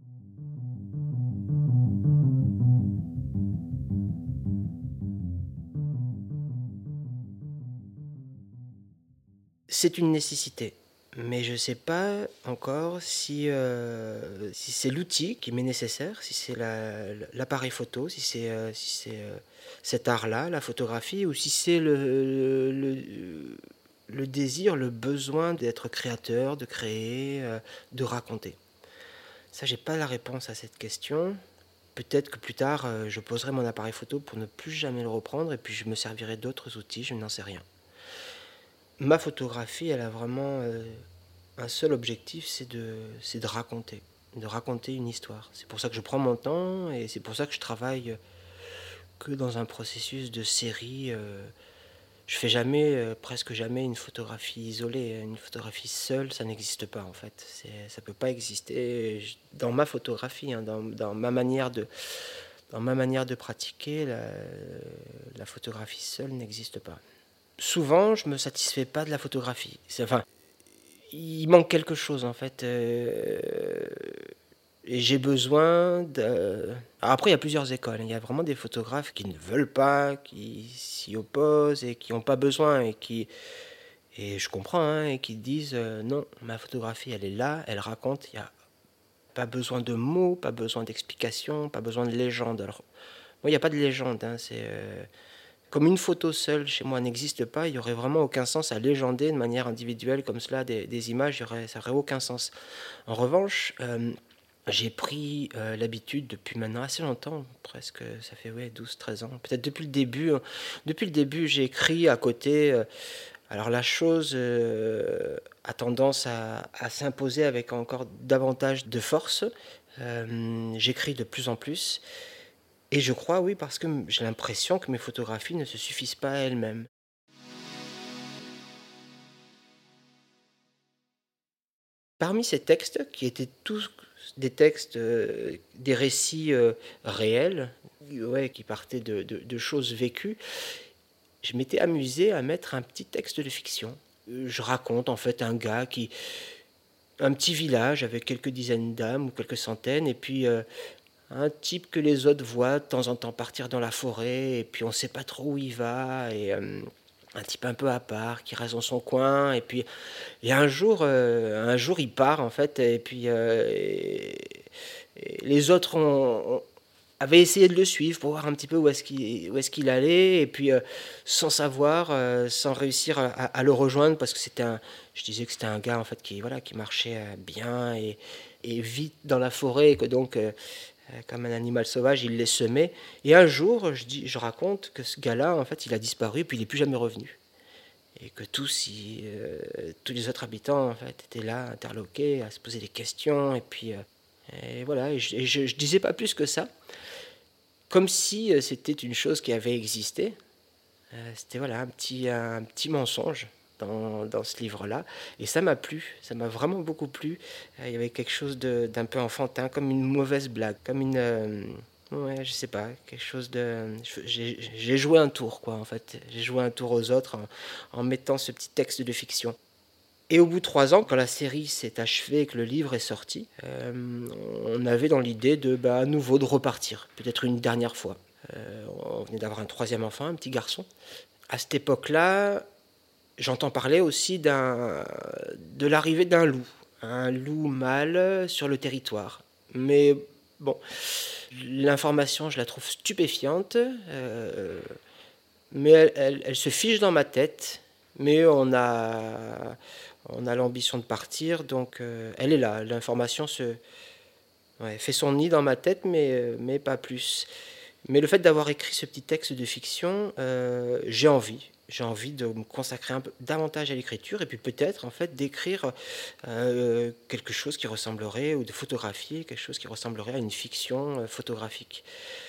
C'est une nécessité. Mais je ne sais pas encore si, euh, si c'est l'outil qui m'est nécessaire, si c'est la- l'appareil photo, si c'est euh, si c'est, euh, cet art-là, la photographie, ou si c'est le, le, le désir, le besoin d'être créateur, de créer, euh, de raconter. Ça, j'ai pas la réponse à cette question. Peut-être que plus tard, euh, je poserai mon appareil photo pour ne plus jamais le reprendre, et puis je me servirai d'autres outils, je n'en sais rien. Ma photographie, elle a vraiment euh, un seul objectif, c'est de, c'est de raconter, de raconter une histoire. C'est pour ça que je prends mon temps et c'est pour ça que je travaille que dans un processus de série. Euh, je fais jamais, euh, presque jamais une photographie isolée. Une photographie seule, ça n'existe pas en fait. C'est, ça peut pas exister dans ma photographie, hein, dans, dans ma manière de, dans ma manière de pratiquer. La, la photographie seule n'existe pas. Souvent, je me satisfais pas de la photographie. C'est, enfin, il manque quelque chose en fait. Euh, et j'ai besoin de. Alors après, il y a plusieurs écoles. Il y a vraiment des photographes qui ne veulent pas, qui s'y opposent et qui n'ont pas besoin et qui. Et je comprends, hein, et qui disent euh, non, ma photographie, elle est là, elle raconte. Il n'y a pas besoin de mots, pas besoin d'explications, pas besoin de légende. Alors, moi, il n'y a pas de légende. Hein, c'est. Euh, Comme une photo seule chez moi n'existe pas, il n'y aurait vraiment aucun sens à légender de manière individuelle comme cela des, des images, y aurait, ça n'aurait aucun sens. En revanche, euh, j'ai pris euh, l'habitude depuis maintenant assez longtemps, presque, ça fait ouais, douze treize ans, peut-être depuis le début. euh, Depuis le début, j'ai écrit à côté. euh, alors la chose euh, a tendance à, à s'imposer avec encore davantage de force. Euh, J'écris de plus en plus. Et je crois, oui, parce que j'ai l'impression que mes photographies ne se suffisent pas à elles-mêmes. Parmi ces textes, qui étaient tous des textes, euh, des récits euh, réels, ouais, qui partaient de, de- de choses vécues, je m'étais amusé à mettre un petit texte de fiction. Euh, Je raconte en fait un gars qui, un petit village avec quelques dizaines d'âmes ou quelques centaines, et puis euh, un type que les autres voient de temps en temps partir dans la forêt, et puis on ne sait pas trop où il va, et euh, un type un peu à part qui reste dans son coin, et puis et un jour, euh, un jour il part en fait, et puis euh, et- et les autres ont, ont- avaient essayé de le suivre pour voir un petit peu où est-ce qu'il où est-ce qu'il allait, et puis euh, sans savoir, euh, sans réussir à, à- à le rejoindre parce que c'était un, je disais que c'était un gars en fait qui voilà qui marchait euh, bien et, et vite dans la forêt, et que donc euh, euh, comme un animal sauvage, il les semait. Et un jour, je, dis, je raconte que ce gars-là, en fait, il a disparu, puis il n'est plus jamais revenu. Et que tous, ils, euh, tous les autres habitants, en fait, étaient là, interloqués, à se poser des questions. Et puis, euh, et voilà, et je, et je, je disais pas plus que ça. Comme si euh, c'était une chose qui avait existé. Euh, c'était voilà, un petit, un petit mensonge dans, dans ce livre-là. Et ça m'a plu, ça m'a vraiment beaucoup plu. Euh, il y avait quelque chose de- d'un peu enfantin, comme une mauvaise blague, comme une... euh, ouais, je sais pas, quelque chose de... J'ai j'ai joué un tour, quoi, en fait. J'ai joué un tour aux autres en, en mettant ce petit texte de fiction. Et au bout de trois ans, quand la série s'est achevée et que le livre est sorti, euh, on avait dans l'idée de, bah, à nouveau, de repartir, peut-être une dernière fois. Euh, on venait d'avoir un troisième enfant, un petit garçon. À cette époque-là, j'entends parler aussi d'un, de l'arrivée d'un loup, un loup mâle sur le territoire. Mais Bon, l'information, je la trouve stupéfiante, heu, mais elle elle elle se fiche dans ma tête, mais on a on a l'ambition de partir, donc heu, elle est là, l'information se ouais, fait son nid dans ma tête, mais heu, mais pas plus. Mais le fait d'avoir écrit ce petit texte de fiction, heu, j'ai envie. J'ai envie de me consacrer un peu davantage à l'écriture et puis peut-être, en fait, d'écrire, heu, quelque chose qui ressemblerait ou de photographier quelque chose qui ressemblerait à une fiction, heu, photographique.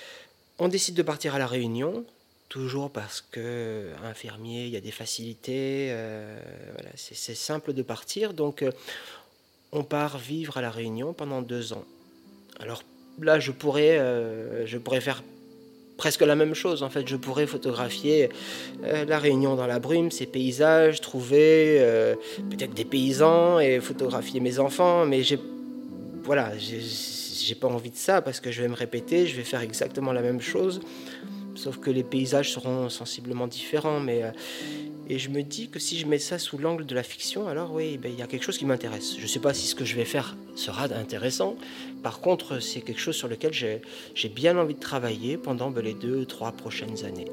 On décide de partir à La Réunion, toujours parce que infirmier, il y a des facilités, heu, voilà, c'est c'est simple de partir donc heu, on part vivre à La Réunion pendant deux ans. Alors là, je pourrais, heu, je pourrais faire presque la même chose en fait. Je pourrais photographier, heu, La Réunion dans la brume, ses paysages, trouver, heu, peut-être des paysans et photographier mes enfants, mais j'ai voilà, j'ai j'ai pas envie de ça parce que je vais me répéter, je vais faire exactement la même chose, sauf que les paysages seront sensiblement différents, mais heu et je me dis que si je mets ça sous l'angle de la fiction, alors oui, beh, il y a quelque chose qui m'intéresse. Je ne sais pas si ce que je vais faire sera intéressant. Par contre, c'est quelque chose sur lequel j'ai j'ai bien envie de travailler pendant, beh, les deux trois prochaines années.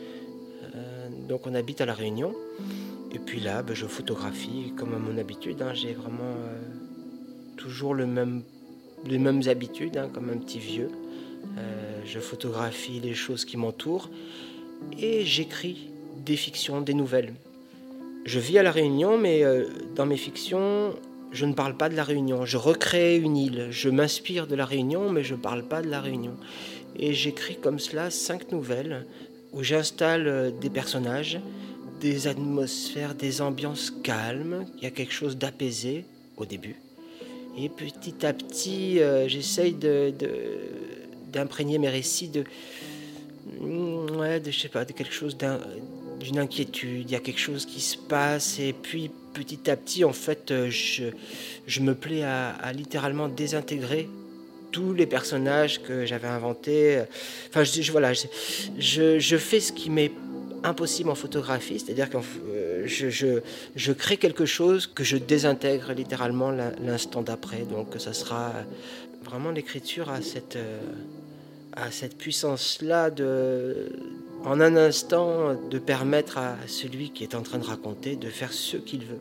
Heu, donc on habite à La Réunion et puis là, beh, je photographie comme à mon habitude, hein. J'ai vraiment, heu, toujours le même les mêmes habitudes, hein, comme un petit vieux. Heu, je photographie les choses qui m'entourent et j'écris des fictions, des nouvelles. Je vis à La Réunion, mais heu, dans mes fictions, je ne parle pas de La Réunion. Je recrée une île. Je m'inspire de La Réunion, mais je ne parle pas de La Réunion. Et j'écris comme cela cinq nouvelles où j'installe, heu, des personnages, des atmosphères, des ambiances calmes. Il y a quelque chose d'apaisé au début et petit à petit, heu, j'essaye de de d'imprégner mes récits de Mmh, ouais, de je sais pas, de quelque chose d'in d'une inquiétude. Il y a quelque chose qui se passe et puis petit à petit, en fait, heu, je je me plais à à littéralement désintégrer tous les personnages que j'avais inventés, heu, enfin je je voilà, je je je fais ce qui m'est impossible en photographie, c'est-à-dire qu'en f heu, je je je crée quelque chose que je désintègre littéralement l'in l'instant d'après, donc ça sera vraiment l'écriture à cette, heu à cette puissance-là de, en un instant, de permettre à celui qui est en train de raconter de faire ce qu'il veut.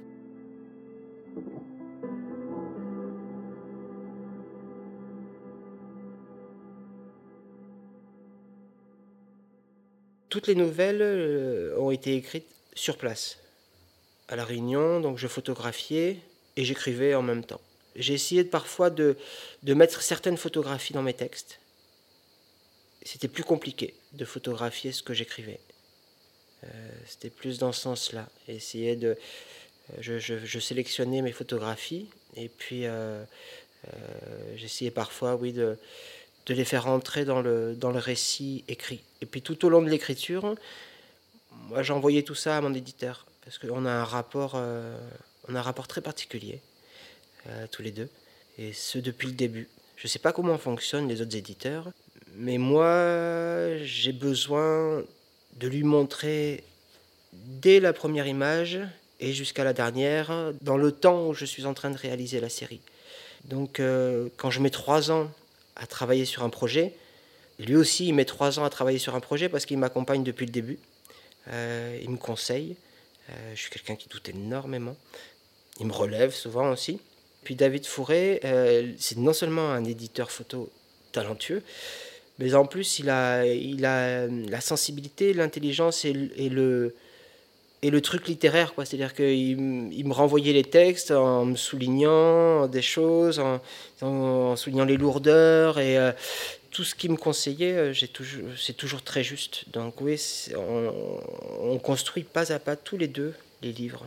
Toutes les nouvelles euh, ont été écrites sur place, à La Réunion, donc je photographiais et j'écrivais en même temps. J'ai essayé de, parfois de, de mettre certaines photographies dans mes textes. C'était plus compliqué de photographier ce que j'écrivais. Euh, C'était plus dans ce sens-là. Essayer de, je, je, je sélectionnais mes photographies et puis euh, Euh, j'essayais parfois, oui, de, de les faire rentrer dans le, dans le récit écrit. Et puis tout au long de l'écriture, moi j'envoyais tout ça à mon éditeur, parce qu'on a un rapport, euh, on a un rapport très particulier, euh, tous les deux, et ce depuis le début. Je ne sais pas comment fonctionnent les autres éditeurs, mais moi j'ai besoin de lui montrer dès la première image et jusqu'à la dernière, dans le temps où je suis en train de réaliser la série. Donc euh, quand je mets trois ans à travailler sur un projet, lui aussi il met trois ans à travailler sur un projet parce qu'il m'accompagne depuis le début, euh, il me conseille, euh, je suis quelqu'un qui doute énormément, il me relève souvent aussi. Puis David Fourré, euh, c'est non seulement un éditeur photo talentueux, mais en plus il a, il a la sensibilité, l'intelligence et, et le, et le truc littéraire, quoi. C'est-à-dire qu'il il me renvoyait les textes en me soulignant des choses, en, en soulignant les lourdeurs et euh, tout ce qu'il me conseillait, euh, j'ai toujours, c'est toujours très juste. Donc oui, on, on construit pas à pas tous les deux les livres.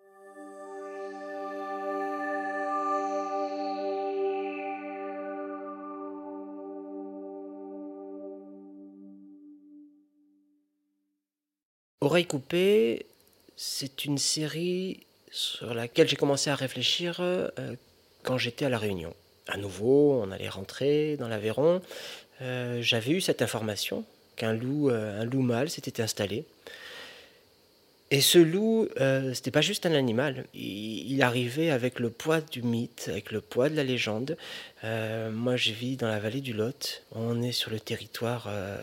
Oreille coupée, c'est une série sur laquelle j'ai commencé à réfléchir euh, quand j'étais à La Réunion. À nouveau, on allait rentrer dans l'Aveyron. Euh, j'avais eu cette information qu'un loup, euh, un loup mâle s'était installé. Et ce loup, euh, c'était pas juste un animal. Il, il arrivait avec le poids du mythe, avec le poids de la légende. Euh, moi, je vis dans la vallée du Lot. On est sur le territoire euh,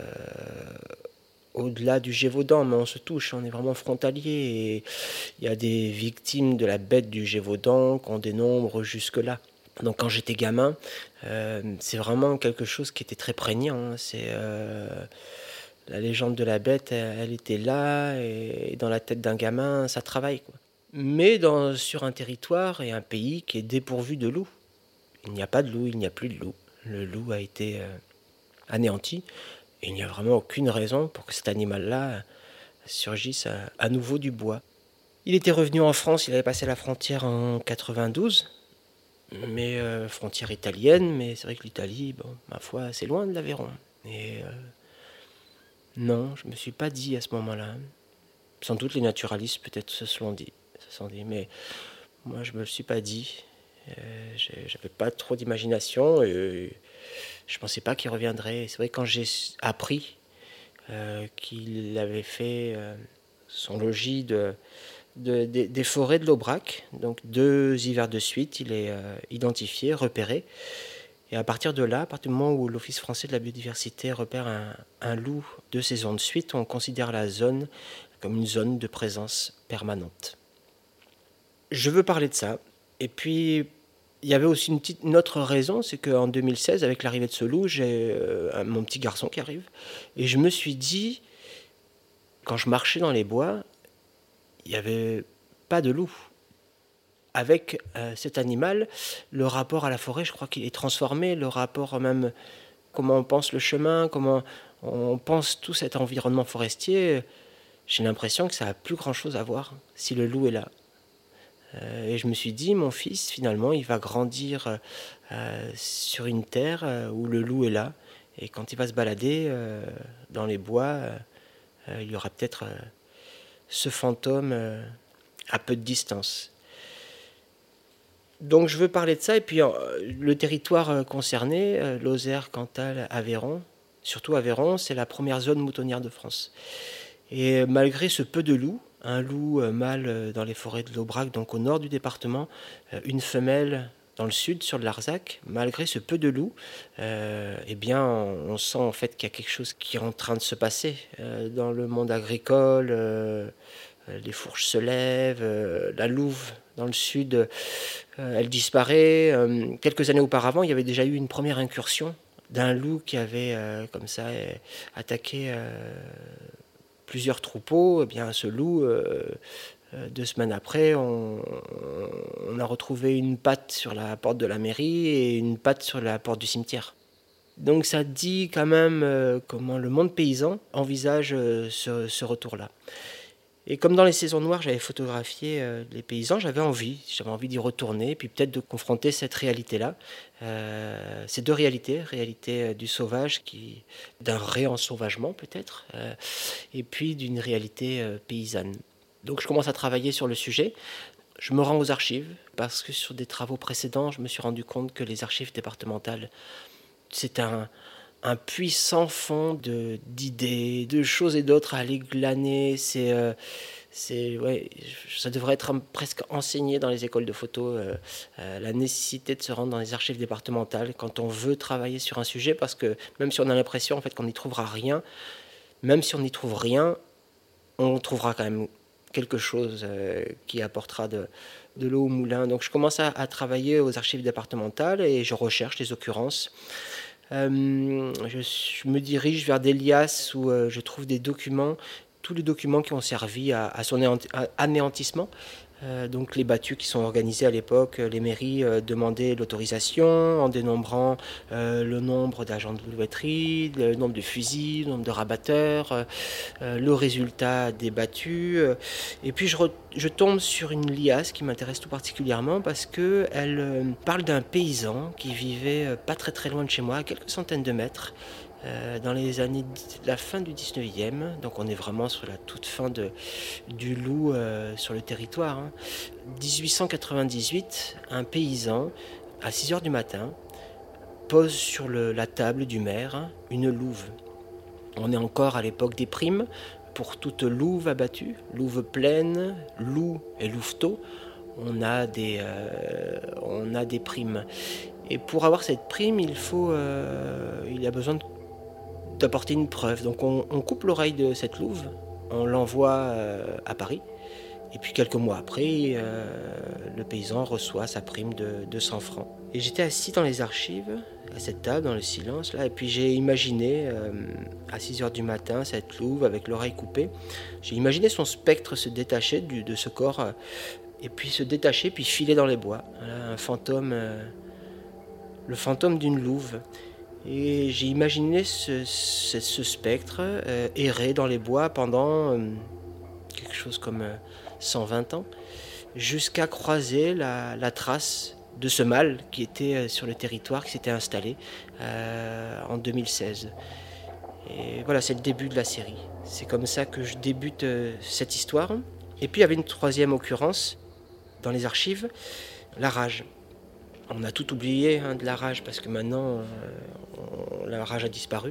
au-delà du Gévaudan, mais on se touche. On est vraiment frontalier. Et il y a des victimes de la bête du Gévaudan qu'on dénombre jusque-là. Donc quand j'étais gamin, euh, c'est vraiment quelque chose qui était très prégnant. Hein. C'est euh, la légende de la bête, elle, elle était là, et dans la tête d'un gamin, ça travaille, quoi. Mais dans, sur un territoire et un pays qui est dépourvu de loups. Il n'y a pas de loup, il n'y a plus de loup. Le loup a été euh, anéanti, et il n'y a vraiment aucune raison pour que cet animal-là surgisse à, à nouveau du bois. Il était revenu en France, il avait passé la frontière en quatre-vingt-douze, mais euh, frontière italienne, mais c'est vrai que l'Italie, bon, ma foi, c'est loin de l'Aveyron. Et euh, non, je me suis pas dit à ce moment-là. Sans doute les naturalistes peut-être se sont dit, se sont dit, mais moi je me le suis pas dit. Euh, j'avais pas trop d'imagination et je pensais pas qu'il reviendrait. C'est vrai que quand j'ai appris euh, qu'il avait fait euh, son logis de, de, de, des forêts de l'Aubrac, donc deux hivers de suite, il est euh, identifié, repéré. Et à partir de là, à partir du moment où l'Office français de la biodiversité repère un, un loup deux saisons de suite, on considère la zone comme une zone de présence permanente. Je veux parler de ça. Et puis, il y avait aussi une, petite, une autre raison, c'est qu'en deux mille seize, avec l'arrivée de ce loup, j'ai euh, mon petit garçon qui arrive. Et je me suis dit, quand je marchais dans les bois, il n'y avait pas de loup. Avec euh, cet animal, le rapport à la forêt, je crois qu'il est transformé. Le rapport même, comment on pense le chemin, comment on pense tout cet environnement forestier, j'ai l'impression que ça n'a plus grand-chose à voir si le loup est là. Euh, et je me suis dit, mon fils, finalement, il va grandir euh, sur une terre euh, où le loup est là. Et quand il va se balader euh, dans les bois, euh, il y aura peut-être euh, ce fantôme euh, à peu de distance. Donc je veux parler de ça. Et puis euh, le territoire euh, concerné, euh, Lozère, Cantal, Aveyron, surtout Aveyron, c'est la première zone moutonnière de France. Et malgré ce peu de loups, un loup mâle dans les forêts de l'Aubrac, donc au nord du département, une femelle dans le sud, sur le Larzac, malgré ce peu de loups, euh, eh bien, on, on sent en fait qu'il y a quelque chose qui est en train de se passer euh, dans le monde agricole. Euh, les fourches se lèvent, euh, la louve dans le sud, euh, elle disparaît. Euh, quelques années auparavant, il y avait déjà eu une première incursion d'un loup qui avait, euh, comme ça, euh, attaqué euh, plusieurs troupeaux. Eh bien, ce loup, euh, deux semaines après, on, on a retrouvé une patte sur la porte de la mairie et une patte sur la porte du cimetière. Donc ça dit quand même euh, comment le monde paysan envisage euh, ce, ce retour-là. Et comme dans les saisons noires, j'avais photographié euh, les paysans, j'avais envie, j'avais envie d'y retourner, puis peut-être de confronter cette réalité-là, euh, ces deux réalités, réalité euh, du sauvage, qui, d'un réensauvagement peut-être, euh, et puis d'une réalité euh, paysanne. Donc je commence à travailler sur le sujet. Je me rends aux archives, parce que sur des travaux précédents, je me suis rendu compte que les archives départementales, c'est un... un puissant fond de, d'idées, de choses et d'autres à aller glaner. C'est, euh, c'est, ouais, ça devrait être presque enseigné dans les écoles de photo, euh, euh, la nécessité de se rendre dans les archives départementales quand on veut travailler sur un sujet, parce que même si on a l'impression en fait, qu'on n'y trouvera rien, même si on n'y trouve rien, on trouvera quand même quelque chose euh, qui apportera de, de l'eau au moulin. Donc je commence à, à travailler aux archives départementales et je recherche les occurrences. Euh, je, je me dirige vers des liasses où euh, je trouve des documents, tous les documents qui ont servi à, à son anéantissement. Euh, donc les battues qui sont organisées à l'époque, les mairies euh, demandaient l'autorisation en dénombrant euh, le nombre d'agents de louveterie, le nombre de fusils, le nombre de rabatteurs, euh, euh, le résultat des battues. Euh, et puis je, re, je tombe sur une liasse qui m'intéresse tout particulièrement parce qu'elle euh, parle d'un paysan qui vivait euh, pas très très loin de chez moi, à quelques centaines de mètres, Euh, dans les années, la fin du dix-neuvième, donc on est vraiment sur la toute fin de, du loup euh, sur le territoire. Hein. dix-huit cent quatre-vingt-dix-huit, un paysan, à six heures du matin, pose sur le, la table du maire une louve. On est encore à l'époque des primes, pour toute louve abattue, louve pleine, loup et louveteau, on a des, euh, on a des primes. Et pour avoir cette prime, il faut, euh, il y a besoin d'apporter une preuve. Donc on, on coupe l'oreille de cette louve, on l'envoie euh, à Paris. Et puis quelques mois après, euh, le paysan reçoit sa prime de deux cents francs. Et j'étais assis dans les archives, à cette table, dans le silence, là, et puis j'ai imaginé, euh, à six heures du matin, cette louve avec l'oreille coupée. J'ai imaginé son spectre se détacher du, de ce corps, euh, et puis se détacher, puis filer dans les bois. Voilà, un fantôme, euh, le fantôme d'une louve. Et j'ai imaginé ce, ce, ce spectre euh, errer dans les bois pendant euh, quelque chose comme euh, cent vingt ans, jusqu'à croiser la, la trace de ce mâle qui était sur le territoire, qui s'était installé euh, en deux mille seize. Et voilà, c'est le début de la série. C'est comme ça que je débute euh, cette histoire. Et puis il y avait une troisième occurrence dans les archives, la rage. On a tout oublié hein, de la rage, parce que maintenant, euh, on, la rage a disparu.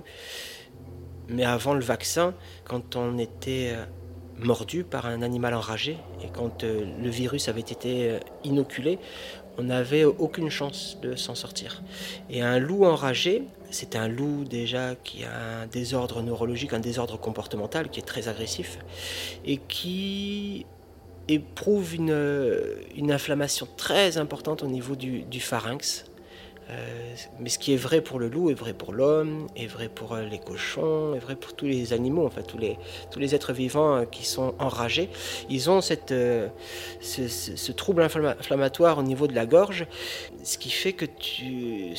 Mais avant le vaccin, quand on était euh, mordu par un animal enragé, et quand euh, le virus avait été euh, inoculé, on n'avait aucune chance de s'en sortir. Et un loup enragé, c'est un loup déjà qui a un désordre neurologique, un désordre comportemental qui est très agressif, et qui éprouve une, une inflammation très importante au niveau du, du pharynx. Euh, mais ce qui est vrai pour le loup est vrai pour l'homme, est vrai pour les cochons, est vrai pour tous les animaux, enfin tous les, tous les êtres vivants qui sont enragés. Ils ont cette, euh, ce, ce, ce trouble inflammatoire au niveau de la gorge, ce qui fait que tu,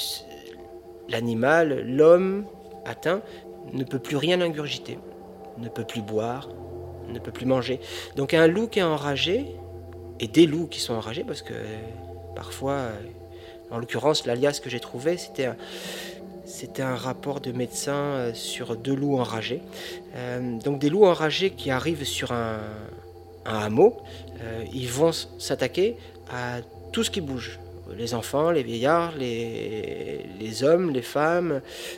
l'animal, l'homme atteint, ne peut plus rien ingurgiter, ne peut plus boire, ne peut plus manger. Donc un loup qui est enragé, et des loups qui sont enragés, parce que parfois... En l'occurrence, l'alias que j'ai trouvé, c'était un, c'était un rapport de médecin sur deux loups enragés. Euh, donc des loups enragés qui arrivent sur un, un hameau, euh, ils vont s'attaquer à tout ce qui bouge. Les enfants, les vieillards, les, les hommes, les femmes,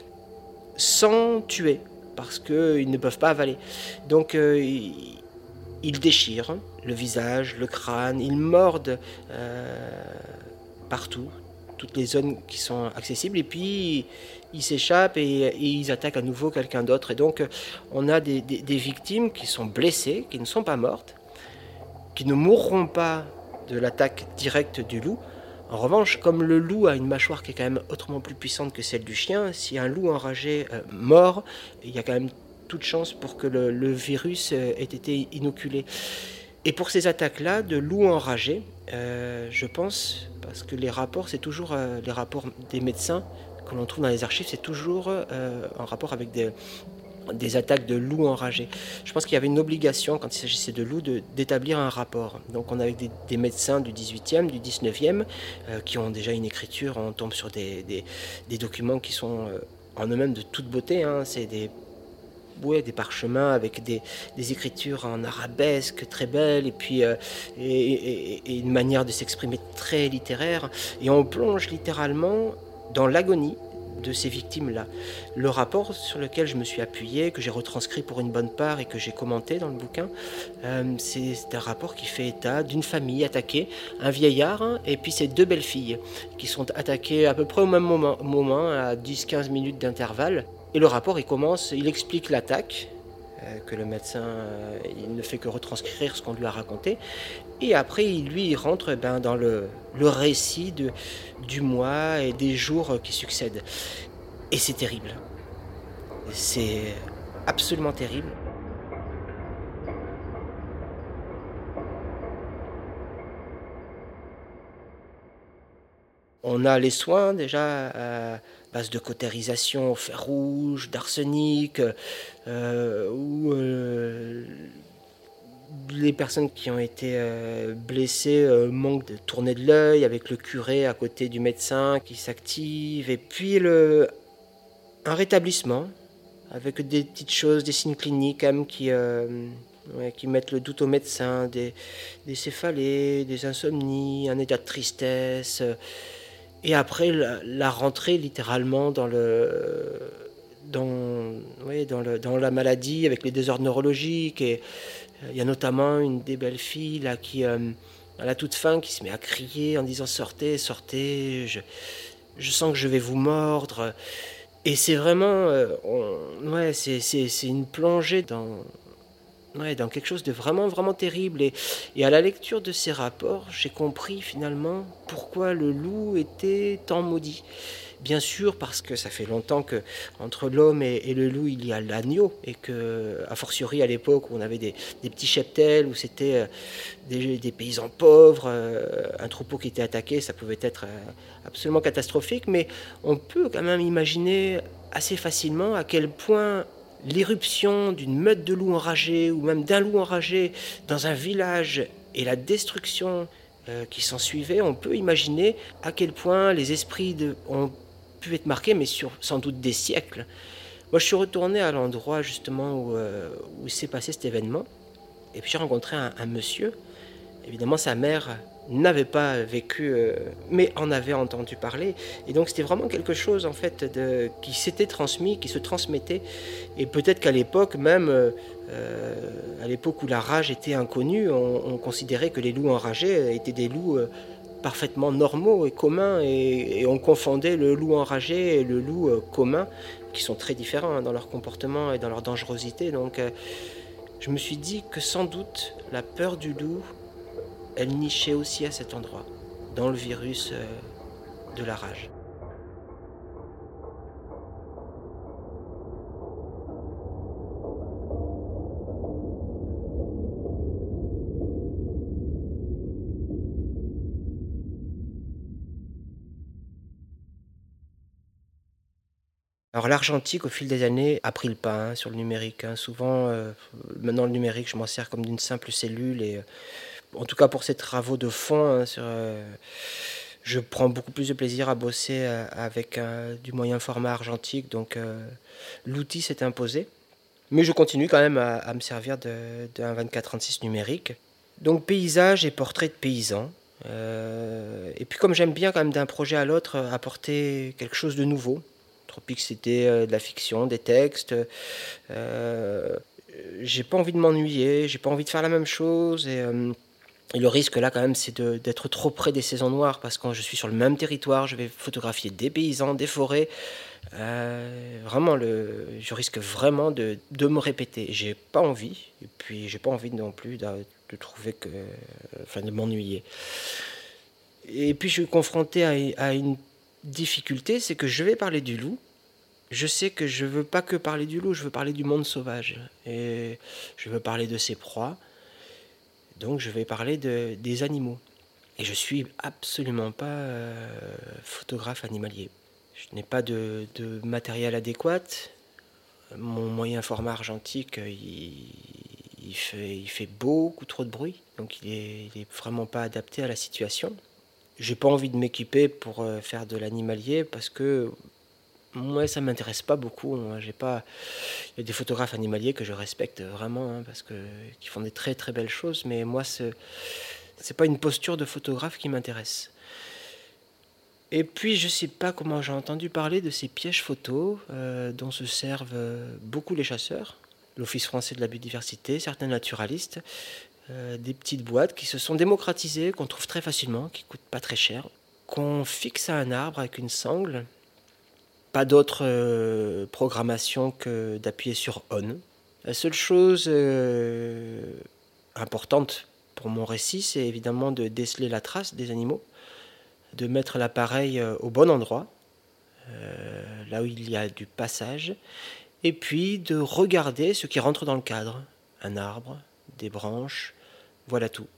sans tuer, parce qu'ils ne peuvent pas avaler. Donc euh, ils, ils déchirent le visage, le crâne, ils mordent euh, partout, toutes les zones qui sont accessibles, et puis ils s'échappent et, et ils attaquent à nouveau quelqu'un d'autre. Et donc on a des, des, des victimes qui sont blessées, qui ne sont pas mortes, qui ne mourront pas de l'attaque directe du loup. En revanche, comme le loup a une mâchoire qui est quand même autrement plus puissante que celle du chien, si un loup enragé euh, mord, il y a quand même toute chance pour que le, le virus euh, ait été inoculé. Et pour ces attaques-là de loups enragés, euh, je pense, parce que les rapports, c'est toujours euh, les rapports des médecins que l'on trouve dans les archives, c'est toujours euh, en rapport avec des, des attaques de loups enragés. Je pense qu'il y avait une obligation, quand il s'agissait de loups, de, d'établir un rapport. Donc on a avec des, des médecins du dix-huitième, du dix-neuvième, euh, qui ont déjà une écriture, on tombe sur des, des, des documents qui sont euh, en eux-mêmes de toute beauté, hein, c'est des Ouais, des parchemins avec des, des écritures en arabesque très belles, et puis euh, et, et, et une manière de s'exprimer très littéraire. Et on plonge littéralement dans l'agonie de ces victimes-là. Le rapport sur lequel je me suis appuyé, que j'ai retranscrit pour une bonne part et que j'ai commenté dans le bouquin, euh, c'est, c'est un rapport qui fait état d'une famille attaquée, un vieillard hein, et puis ses deux belles-filles qui sont attaquées à peu près au même moment, moment à dix à quinze minutes d'intervalle. Et le rapport, il commence, il explique l'attaque, euh, que le médecin, euh, il ne fait que retranscrire ce qu'on lui a raconté. Et après, il, lui, il rentre eh ben, dans le, le récit de, du mois et des jours qui succèdent. Et c'est terrible. C'est absolument terrible. On a les soins déjà à base de cautérisation au fer rouge, d'arsenic, euh, ou euh, les personnes qui ont été euh, blessées euh, manquent de tourner de l'œil avec le curé à côté du médecin qui s'active. Et puis le, un rétablissement avec des petites choses, des signes cliniques quand même, qui... Euh, Ouais, qui mettent le doute au médecin, des, des céphalées, des insomnies, un état de tristesse. Et après, la, la rentrée littéralement dans le, dans, ouais, dans, le, dans la maladie, avec les désordres neurologiques. Et euh, il y a notamment une des belles filles là, qui, euh, à la toute fin, qui se met à crier en disant sortez, sortez, je, je sens que je vais vous mordre. Et c'est vraiment, euh, on- ouais, c'est, c'est, c'est une plongée dans, ouais, dans quelque chose de vraiment, vraiment terrible. Et, et à la lecture de ces rapports, j'ai compris finalement pourquoi le loup était tant maudit. Bien sûr, parce que ça fait longtemps que entre l'homme et, et le loup, il y a l'agneau, et que, a fortiori à l'époque où on avait des, des petits cheptels, où c'était euh, des, des paysans pauvres, euh, un troupeau qui était attaqué, ça pouvait être euh, absolument catastrophique, mais on peut quand même imaginer assez facilement à quel point l'éruption d'une meute de loups enragés, ou même d'un loup enragé dans un village, et la destruction euh, qui s'en suivait, on peut imaginer à quel point les esprits de, ont pu être marqués, mais sur sans doute des siècles. Moi, je suis retourné à l'endroit justement où, euh, où s'est passé cet événement, et puis j'ai rencontré un, un monsieur. Évidemment, sa mère n'avait pas vécu, euh, mais en avait entendu parler. Et donc, c'était vraiment quelque chose, en fait, de, qui s'était transmis, qui se transmettait. Et peut-être qu'à l'époque, même, euh, à l'époque où la rage était inconnue, on, on considérait que les loups enragés étaient des loups euh, parfaitement normaux et communs. Et, et on confondait le loup enragé et le loup euh, commun, qui sont très différents hein, dans leur comportement et dans leur dangerosité. Donc, euh, je me suis dit que sans doute, la peur du loup, elle nichait aussi à cet endroit, dans le virus euh, de la rage. Alors l'argentique, au fil des années, a pris le pas hein, sur le numérique. Hein. Souvent, euh, maintenant le numérique, je m'en sers comme d'une simple cellule. Et euh, en tout cas pour ces travaux de fond, hein, sur, euh, je prends beaucoup plus de plaisir à bosser euh, avec euh, du moyen format argentique. Donc euh, l'outil s'est imposé. Mais je continue quand même à, à me servir de- d'un vingt-quatre trente-six numérique. Donc paysage et portrait de paysans. Euh, et puis comme j'aime bien quand même d'un projet à l'autre euh, apporter quelque chose de nouveau. Tropique c'était euh, de la fiction, des textes. Euh, j'ai pas envie de m'ennuyer, j'ai pas envie de faire la même chose. Et, euh, et le risque là quand même c'est de- d'être trop près des saisons noires parce que quand je suis sur le même territoire, je vais photographier des paysans, des forêts. Euh, vraiment, le, je risque vraiment de, de me répéter. J'ai pas envie, et puis j'ai pas envie non plus de, de trouver que, enfin, de m'ennuyer. Et puis je suis confronté à, à une difficulté, c'est que je vais parler du loup. Je sais que je veux pas que parler du loup, je veux parler du monde sauvage. Et je veux parler de ses proies. Donc je vais parler de, des animaux. Et je suis absolument pas euh, photographe animalier. Je n'ai pas de, de matériel adéquat. Mon moyen format argentique, il, il fait, il fait beaucoup trop de bruit, donc il est, il est vraiment pas adapté à la situation. J'ai pas envie de m'équiper pour euh, faire de l'animalier parce que moi ça m'intéresse pas beaucoup. Moi, j'ai pas. Il y a des photographes animaliers que je respecte vraiment hein, parce que qui font des très très belles choses, mais moi c'est c'est pas une posture de photographe qui m'intéresse. Et puis je sais pas comment j'ai entendu parler de ces pièges photos euh, dont se servent euh, beaucoup les chasseurs, l'Office français de la biodiversité, certains naturalistes, euh, des petites boîtes qui se sont démocratisées, qu'on trouve très facilement, qui coûtent pas très cher, qu'on fixe à un arbre avec une sangle, pas d'autre euh, programmation que d'appuyer sur on. La seule chose euh, importante pour mon récit, c'est évidemment de déceler la trace des animaux, de mettre l'appareil euh, au bon endroit, euh, là où il y a du passage, et puis de regarder ce qui rentre dans le cadre. Un arbre, des branches, voilà tout.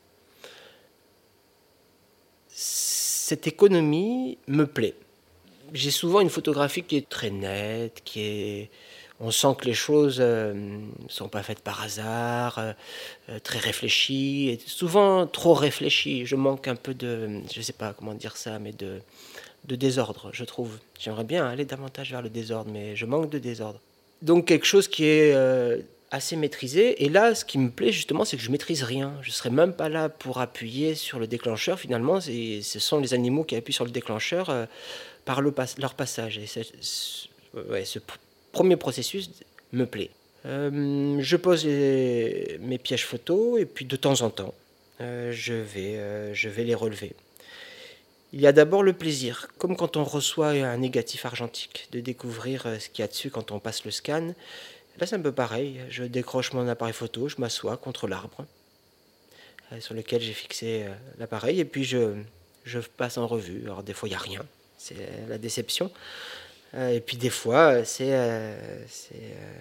Cette économie me plaît. J'ai souvent une photographie qui est très nette, qui est... On sent que les choses ne euh, sont pas faites par hasard, euh, euh, très réfléchies, et souvent trop réfléchies. Je manque un peu de, je sais pas comment dire ça, mais de, de désordre, je trouve. J'aimerais bien aller davantage vers le désordre, mais je manque de désordre. Donc quelque chose qui est euh, assez maîtrisé. Et là, ce qui me plaît justement, c'est que je maîtrise rien. Je serais même pas là pour appuyer sur le déclencheur. Finalement, c'est, ce sont les animaux qui appuient sur le déclencheur euh, par le pas, leur passage. Et c'est, c'est, ouais, ce premier processus me plaît. Euh, je pose les- mes pièges photos et puis de temps en temps, euh, je vais, euh, je vais les relever. Il y a d'abord le plaisir, comme quand on reçoit un négatif argentique, de découvrir euh, ce qu'il y a dessus quand on passe le scan. Là, c'est un peu pareil. Je décroche mon appareil photo, je m'assois contre l'arbre euh, sur lequel j'ai fixé euh, l'appareil et puis je, je passe en revue. Alors, des fois, il n'y a rien. C'est la déception. Euh, et puis, des fois, c'est, euh, c'est, euh,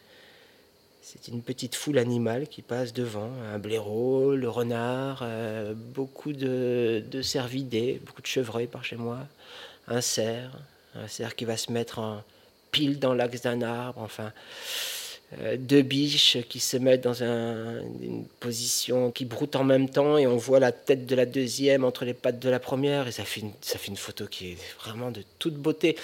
c'est une petite foule animale qui passe devant. Un blaireau, le renard, euh, beaucoup de, de cervidés, beaucoup de chevreuils par chez moi. Un cerf, un cerf qui va se mettre en pile dans l'axe d'un arbre. Enfin, euh, deux biches qui se mettent dans un, une position qui broutent en même temps et on voit la tête de la deuxième entre les pattes de la première et ça fait une, ça fait une photo qui est vraiment de toute beauté.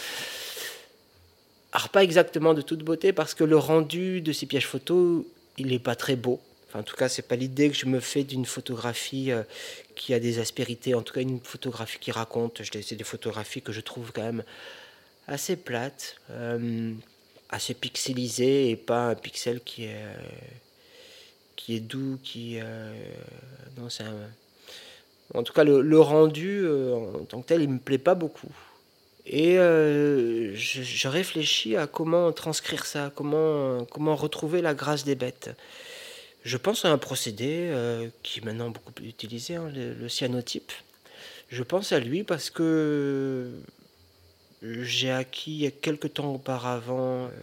Alors pas exactement de toute beauté parce que le rendu de ces pièges photos, il n'est pas très beau. Enfin, en tout cas, c'est pas l'idée que je me fais d'une photographie euh, qui a des aspérités. En tout cas, une photographie qui raconte. C'est des photographies que je trouve quand même assez plates, euh, assez pixelisées et pas un pixel qui est euh, qui est doux, qui euh, non, c'est un... En tout cas, le, le rendu euh, en tant que tel, il me plaît pas beaucoup. Et euh, je, je réfléchis à comment transcrire ça, comment, comment retrouver la grâce des bêtes. Je pense à un procédé euh, qui est maintenant beaucoup plus utilisé, hein, le, le cyanotype. Je pense à lui parce que j'ai acquis il y a quelques temps auparavant euh,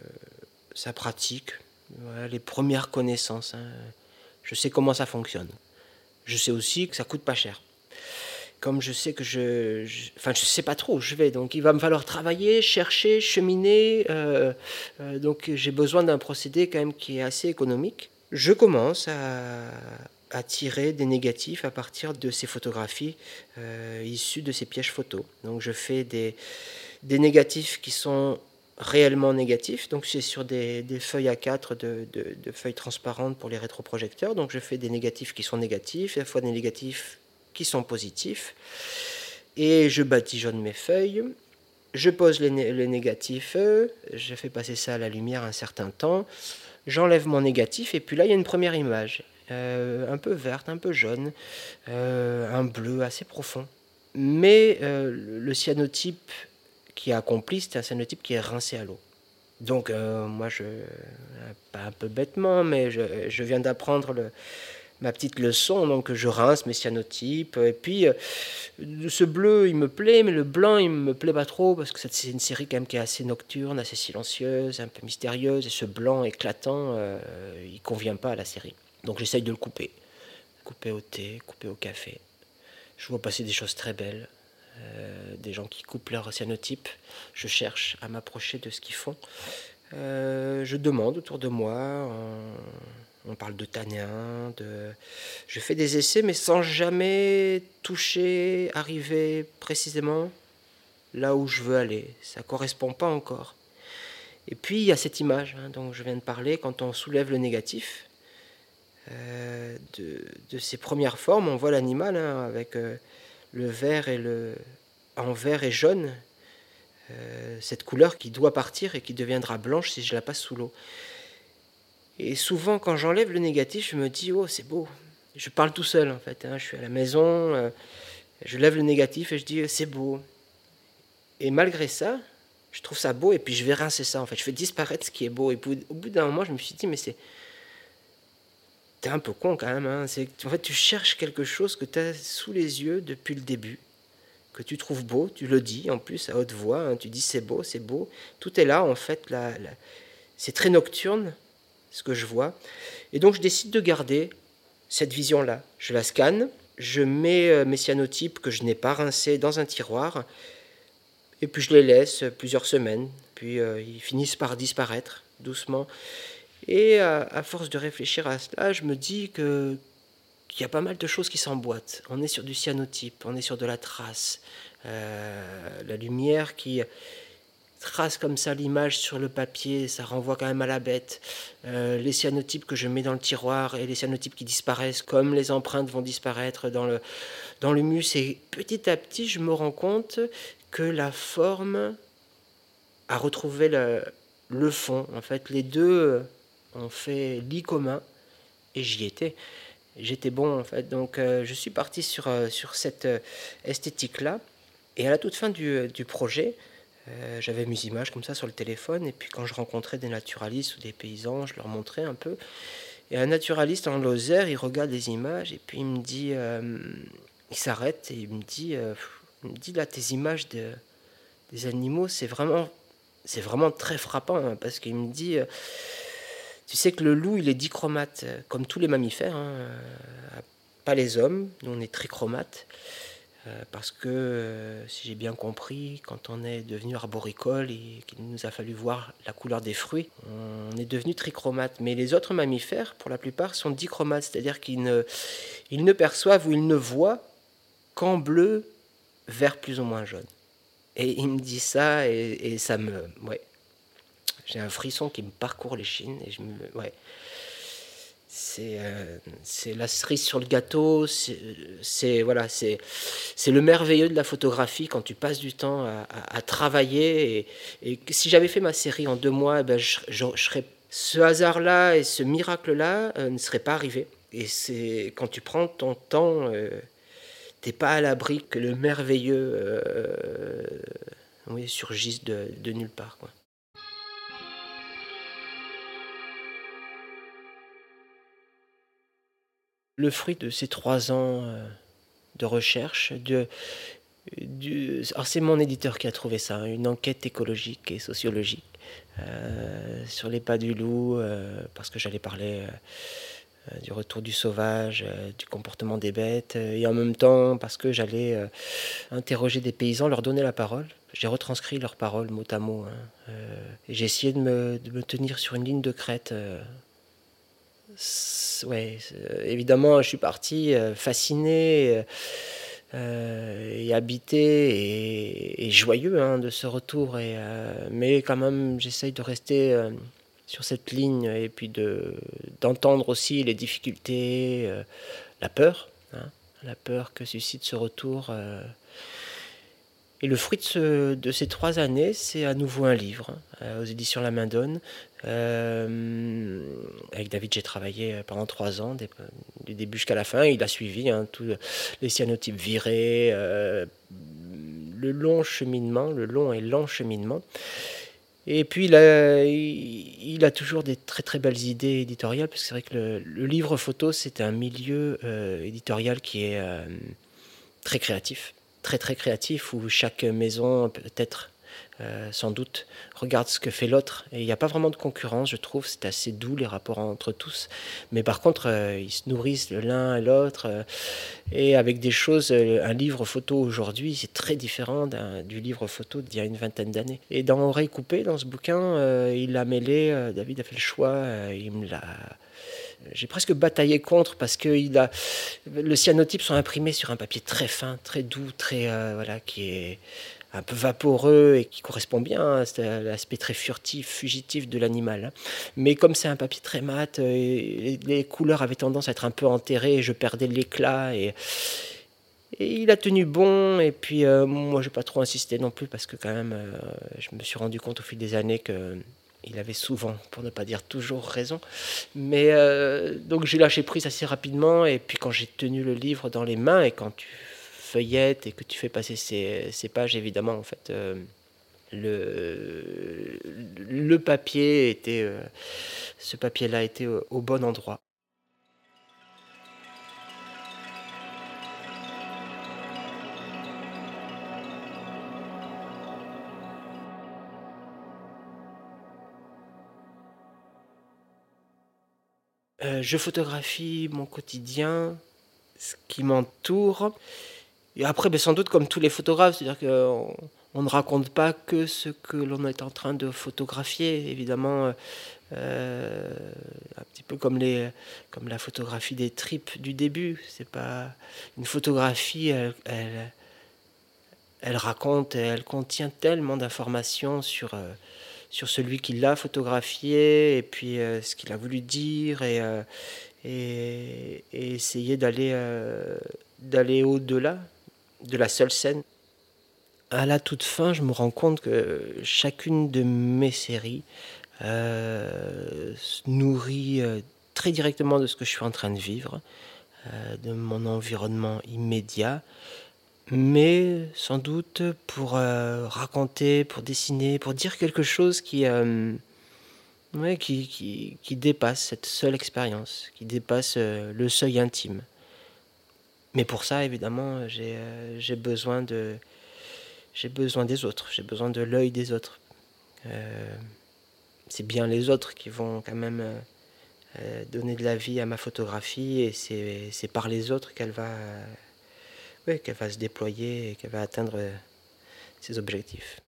sa pratique, voilà, les premières connaissances. Hein. Je sais comment ça fonctionne. Je sais aussi que ça coûte pas cher. Comme je sais que je, je, enfin je sais pas trop où je vais, donc il va me falloir travailler, chercher, cheminer, euh, euh, donc j'ai besoin d'un procédé quand même qui est assez économique. Je commence à, à tirer des négatifs à partir de ces photographies euh, issues de ces pièges photos. Donc je fais des, des négatifs qui sont réellement négatifs, donc c'est sur des, des feuilles A quatre de, de, de feuilles transparentes pour les rétroprojecteurs, donc je fais des négatifs qui sont négatifs, et à la fois des négatifs qui sont positifs, et je badigeonne mes feuilles, je pose les, né- les négatifs, je fais passer ça à la lumière un certain temps, j'enlève mon négatif, et puis là il y a une première image, euh, un peu verte, un peu jaune, euh, un bleu assez profond. Mais euh, le cyanotype qui est accompli, c'est un cyanotype qui est rincé à l'eau. Donc euh, moi, je, pas un peu bêtement, mais je, je viens d'apprendre le, ma petite leçon, donc je rince mes cyanotypes, et puis euh, ce bleu il me plaît, mais le blanc il me plaît pas trop, parce que c'est une série quand même qui est assez nocturne, assez silencieuse, un peu mystérieuse, et ce blanc éclatant, euh, il convient pas à la série. Donc j'essaye de le couper, couper au thé, couper au café. Je vois passer des choses très belles, euh, des gens qui coupent leur cyanotype, je cherche à m'approcher de ce qu'ils font. Euh, je demande autour de moi, on, on parle de tannin, de... je fais des essais mais sans jamais toucher, arriver précisément là où je veux aller. Ça ne correspond pas encore. Et puis il y a cette image hein, dont je viens de parler, quand on soulève le négatif, euh, de, de ses premières formes, on voit l'animal hein, avec euh, le vert et le... en vert et jaune, euh, cette couleur qui doit partir et qui deviendra blanche si je la passe sous l'eau. Et souvent, quand j'enlève le négatif, je me dis, oh, c'est beau. Je parle tout seul, en fait. Hein. Je suis à la maison, euh, je lève le négatif et je dis, c'est beau. Et malgré ça, je trouve ça beau et puis je vais rincer ça, en fait. Je fais disparaître ce qui est beau. Et puis, au bout d'un moment, je me suis dit, mais c'est... T'es un peu con, quand même. Hein. C'est... En fait, tu cherches quelque chose que tu as sous les yeux depuis le début, que tu trouves beau, tu le dis, en plus, à haute voix. Hein. Tu dis, c'est beau, c'est beau. Tout est là, en fait. La, la... C'est très nocturne, ce que je vois. Et donc je décide de garder cette vision-là. Je la scanne, je mets mes cyanotypes que je n'ai pas rincés dans un tiroir, et puis je les laisse plusieurs semaines, puis euh, ils finissent par disparaître doucement. Et à, à force de réfléchir à cela, je me dis que, qu'il y a pas mal de choses qui s'emboîtent. On est sur du cyanotype, on est sur de la trace, euh, la lumière qui trace comme ça l'image sur le papier, ça renvoie quand même à la bête. Euh, les cyanotypes que je mets dans le tiroir et les cyanotypes qui disparaissent, comme les empreintes vont disparaître dans le, dans l'humus. Et petit à petit, je me rends compte que la forme a retrouvé le, le fond. En fait, les deux euh, ont fait lit commun et j'y étais. J'étais bon en fait. Donc euh, je suis parti sur, euh, sur cette euh, esthétique-là. Et à la toute fin du, euh, du projet, euh, j'avais mes images comme ça sur le téléphone. Et puis quand je rencontrais des naturalistes ou des paysans, je leur montrais un peu. Et un naturaliste en Lozère, il regarde les images et puis il me dit, euh, il s'arrête et il me dit, euh, il me dit là tes images de, des animaux, c'est vraiment, c'est vraiment très frappant hein, parce qu'il me dit, euh, tu sais que le loup il est dichromate euh, comme tous les mammifères, hein, euh, pas les hommes, nous on est trichromate. Euh, parce que, euh, si j'ai bien compris, quand on est devenu arboricole et qu'il nous a fallu voir la couleur des fruits, on est devenu trichromate. Mais les autres mammifères, pour la plupart, sont dichromates, c'est-à-dire qu'ils ne, ils ne perçoivent ou ils ne voient qu'en bleu, vert plus ou moins jaune. Et il me dit ça et, et ça me... Ouais, j'ai un frisson qui me parcourt les chines et je me... Ouais. C'est euh, c'est la cerise sur le gâteau, c'est c'est- voilà, c'est c'est le merveilleux de la photographie quand tu passes du temps à, à- à travailler. Et, et que si j'avais fait ma série en deux mois, eh ben, je, je- je serais, ce hasard-là et ce miracle-là euh, ne seraient pas arrivés. Et c'est quand tu prends ton temps, euh, t'es pas à l'abri que le merveilleux euh, oui, surgisse de, de nulle part, quoi. Le fruit de ces trois ans euh, de recherche, de, du, alors c'est mon éditeur qui a trouvé ça, hein, une enquête écologique et sociologique euh, sur les pas du loup, euh, parce que j'allais parler euh, du retour du sauvage, euh, du comportement des bêtes, euh, et en même temps parce que j'allais euh, interroger des paysans, leur donner la parole. J'ai retranscrit leurs paroles mot à mot, hein, euh, et j'ai essayé de me, de me tenir sur une ligne de crête. Euh, ouais, euh, évidemment, je suis parti euh, fasciné. Euh, euh, et habité et, et joyeux hein, de ce retour. Et, euh, mais quand même, j'essaye de rester euh, sur cette ligne et puis de, d'entendre aussi les difficultés, euh, la peur, hein, la peur que suscite ce retour. Euh. Et le fruit de, ce, de ces trois années, c'est à nouveau un livre euh, aux éditions La Main Donne. Euh, avec David, j'ai travaillé pendant trois ans, des, du début jusqu'à la fin. Il a suivi hein, tous les cyanotypes virés, euh, le long cheminement, le long et lent cheminement. Et puis il a, il a toujours des très très belles idées éditoriales, parce que c'est vrai que le, le livre photo, c'est un milieu euh, éditorial qui est euh, très créatif, très très créatif, où chaque maison peut-être euh, sans doute regarde ce que fait l'autre, et il n'y a pas vraiment de concurrence, je trouve. C'est assez doux les rapports entre tous, mais par contre euh, ils se nourrissent l'un et l'autre, euh, et avec des choses. Euh, un livre photo aujourd'hui, c'est très différent d'un, du livre photo d'il y a une vingtaine d'années. Et dans Oreille coupée, dans ce bouquin, euh, il a mêlé, euh, David a fait le choix, euh, il me l'a j'ai presque bataillé contre, parce que il a, le cyanotypes sont imprimés sur un papier très fin, très doux, très euh, voilà, qui est un peu vaporeux et qui correspond bien à l'aspect très furtif, fugitif de l'animal. Hein. Mais comme c'est un papier très mat, euh, les, les couleurs avaient tendance à être un peu enterrées, et je perdais l'éclat. Et, et il a tenu bon. Et puis euh, moi, j'ai pas trop insisté non plus, parce que quand même, euh, je me suis rendu compte au fil des années que il avait souvent, pour ne pas dire toujours, raison. Mais euh, donc j'ai lâché prise assez rapidement. Et puis quand j'ai tenu le livre dans les mains, et quand tu feuillettes et que tu fais passer ces, ces pages, évidemment, en fait, euh, le, le papier était, euh, ce papier-là était au, au bon endroit. Euh, je photographie mon quotidien, ce qui m'entoure. Et après, ben, sans doute comme tous les photographes, c'est-à-dire qu'on on ne raconte pas que ce que l'on est en train de photographier. Évidemment, euh, un petit peu comme, les, comme la photographie des tripes du début. C'est pas une photographie, elle, elle, elle raconte, elle contient tellement d'informations sur, euh, sur celui qui l'a photographié, et puis euh, ce qu'il a voulu dire, et, euh, et, et essayer d'aller euh, d'aller au-delà de la seule scène. À la toute fin, je me rends compte que chacune de mes séries euh, se nourrit euh, très directement de ce que je suis en train de vivre, euh, de mon environnement immédiat, mais sans doute pour euh, raconter, pour dessiner, pour dire quelque chose qui, euh, ouais, qui, qui, qui dépasse cette seule expérience, qui dépasse euh, le seuil intime. Mais pour ça, évidemment, j'ai euh, j'ai besoin de j'ai besoin des autres, j'ai besoin de l'œil des autres. Euh, c'est bien les autres qui vont quand même euh, euh, donner de la vie à ma photographie et c'est c'est par les autres qu'elle va euh, ouais, qu'elle va se déployer et qu'elle va atteindre euh, ses objectifs.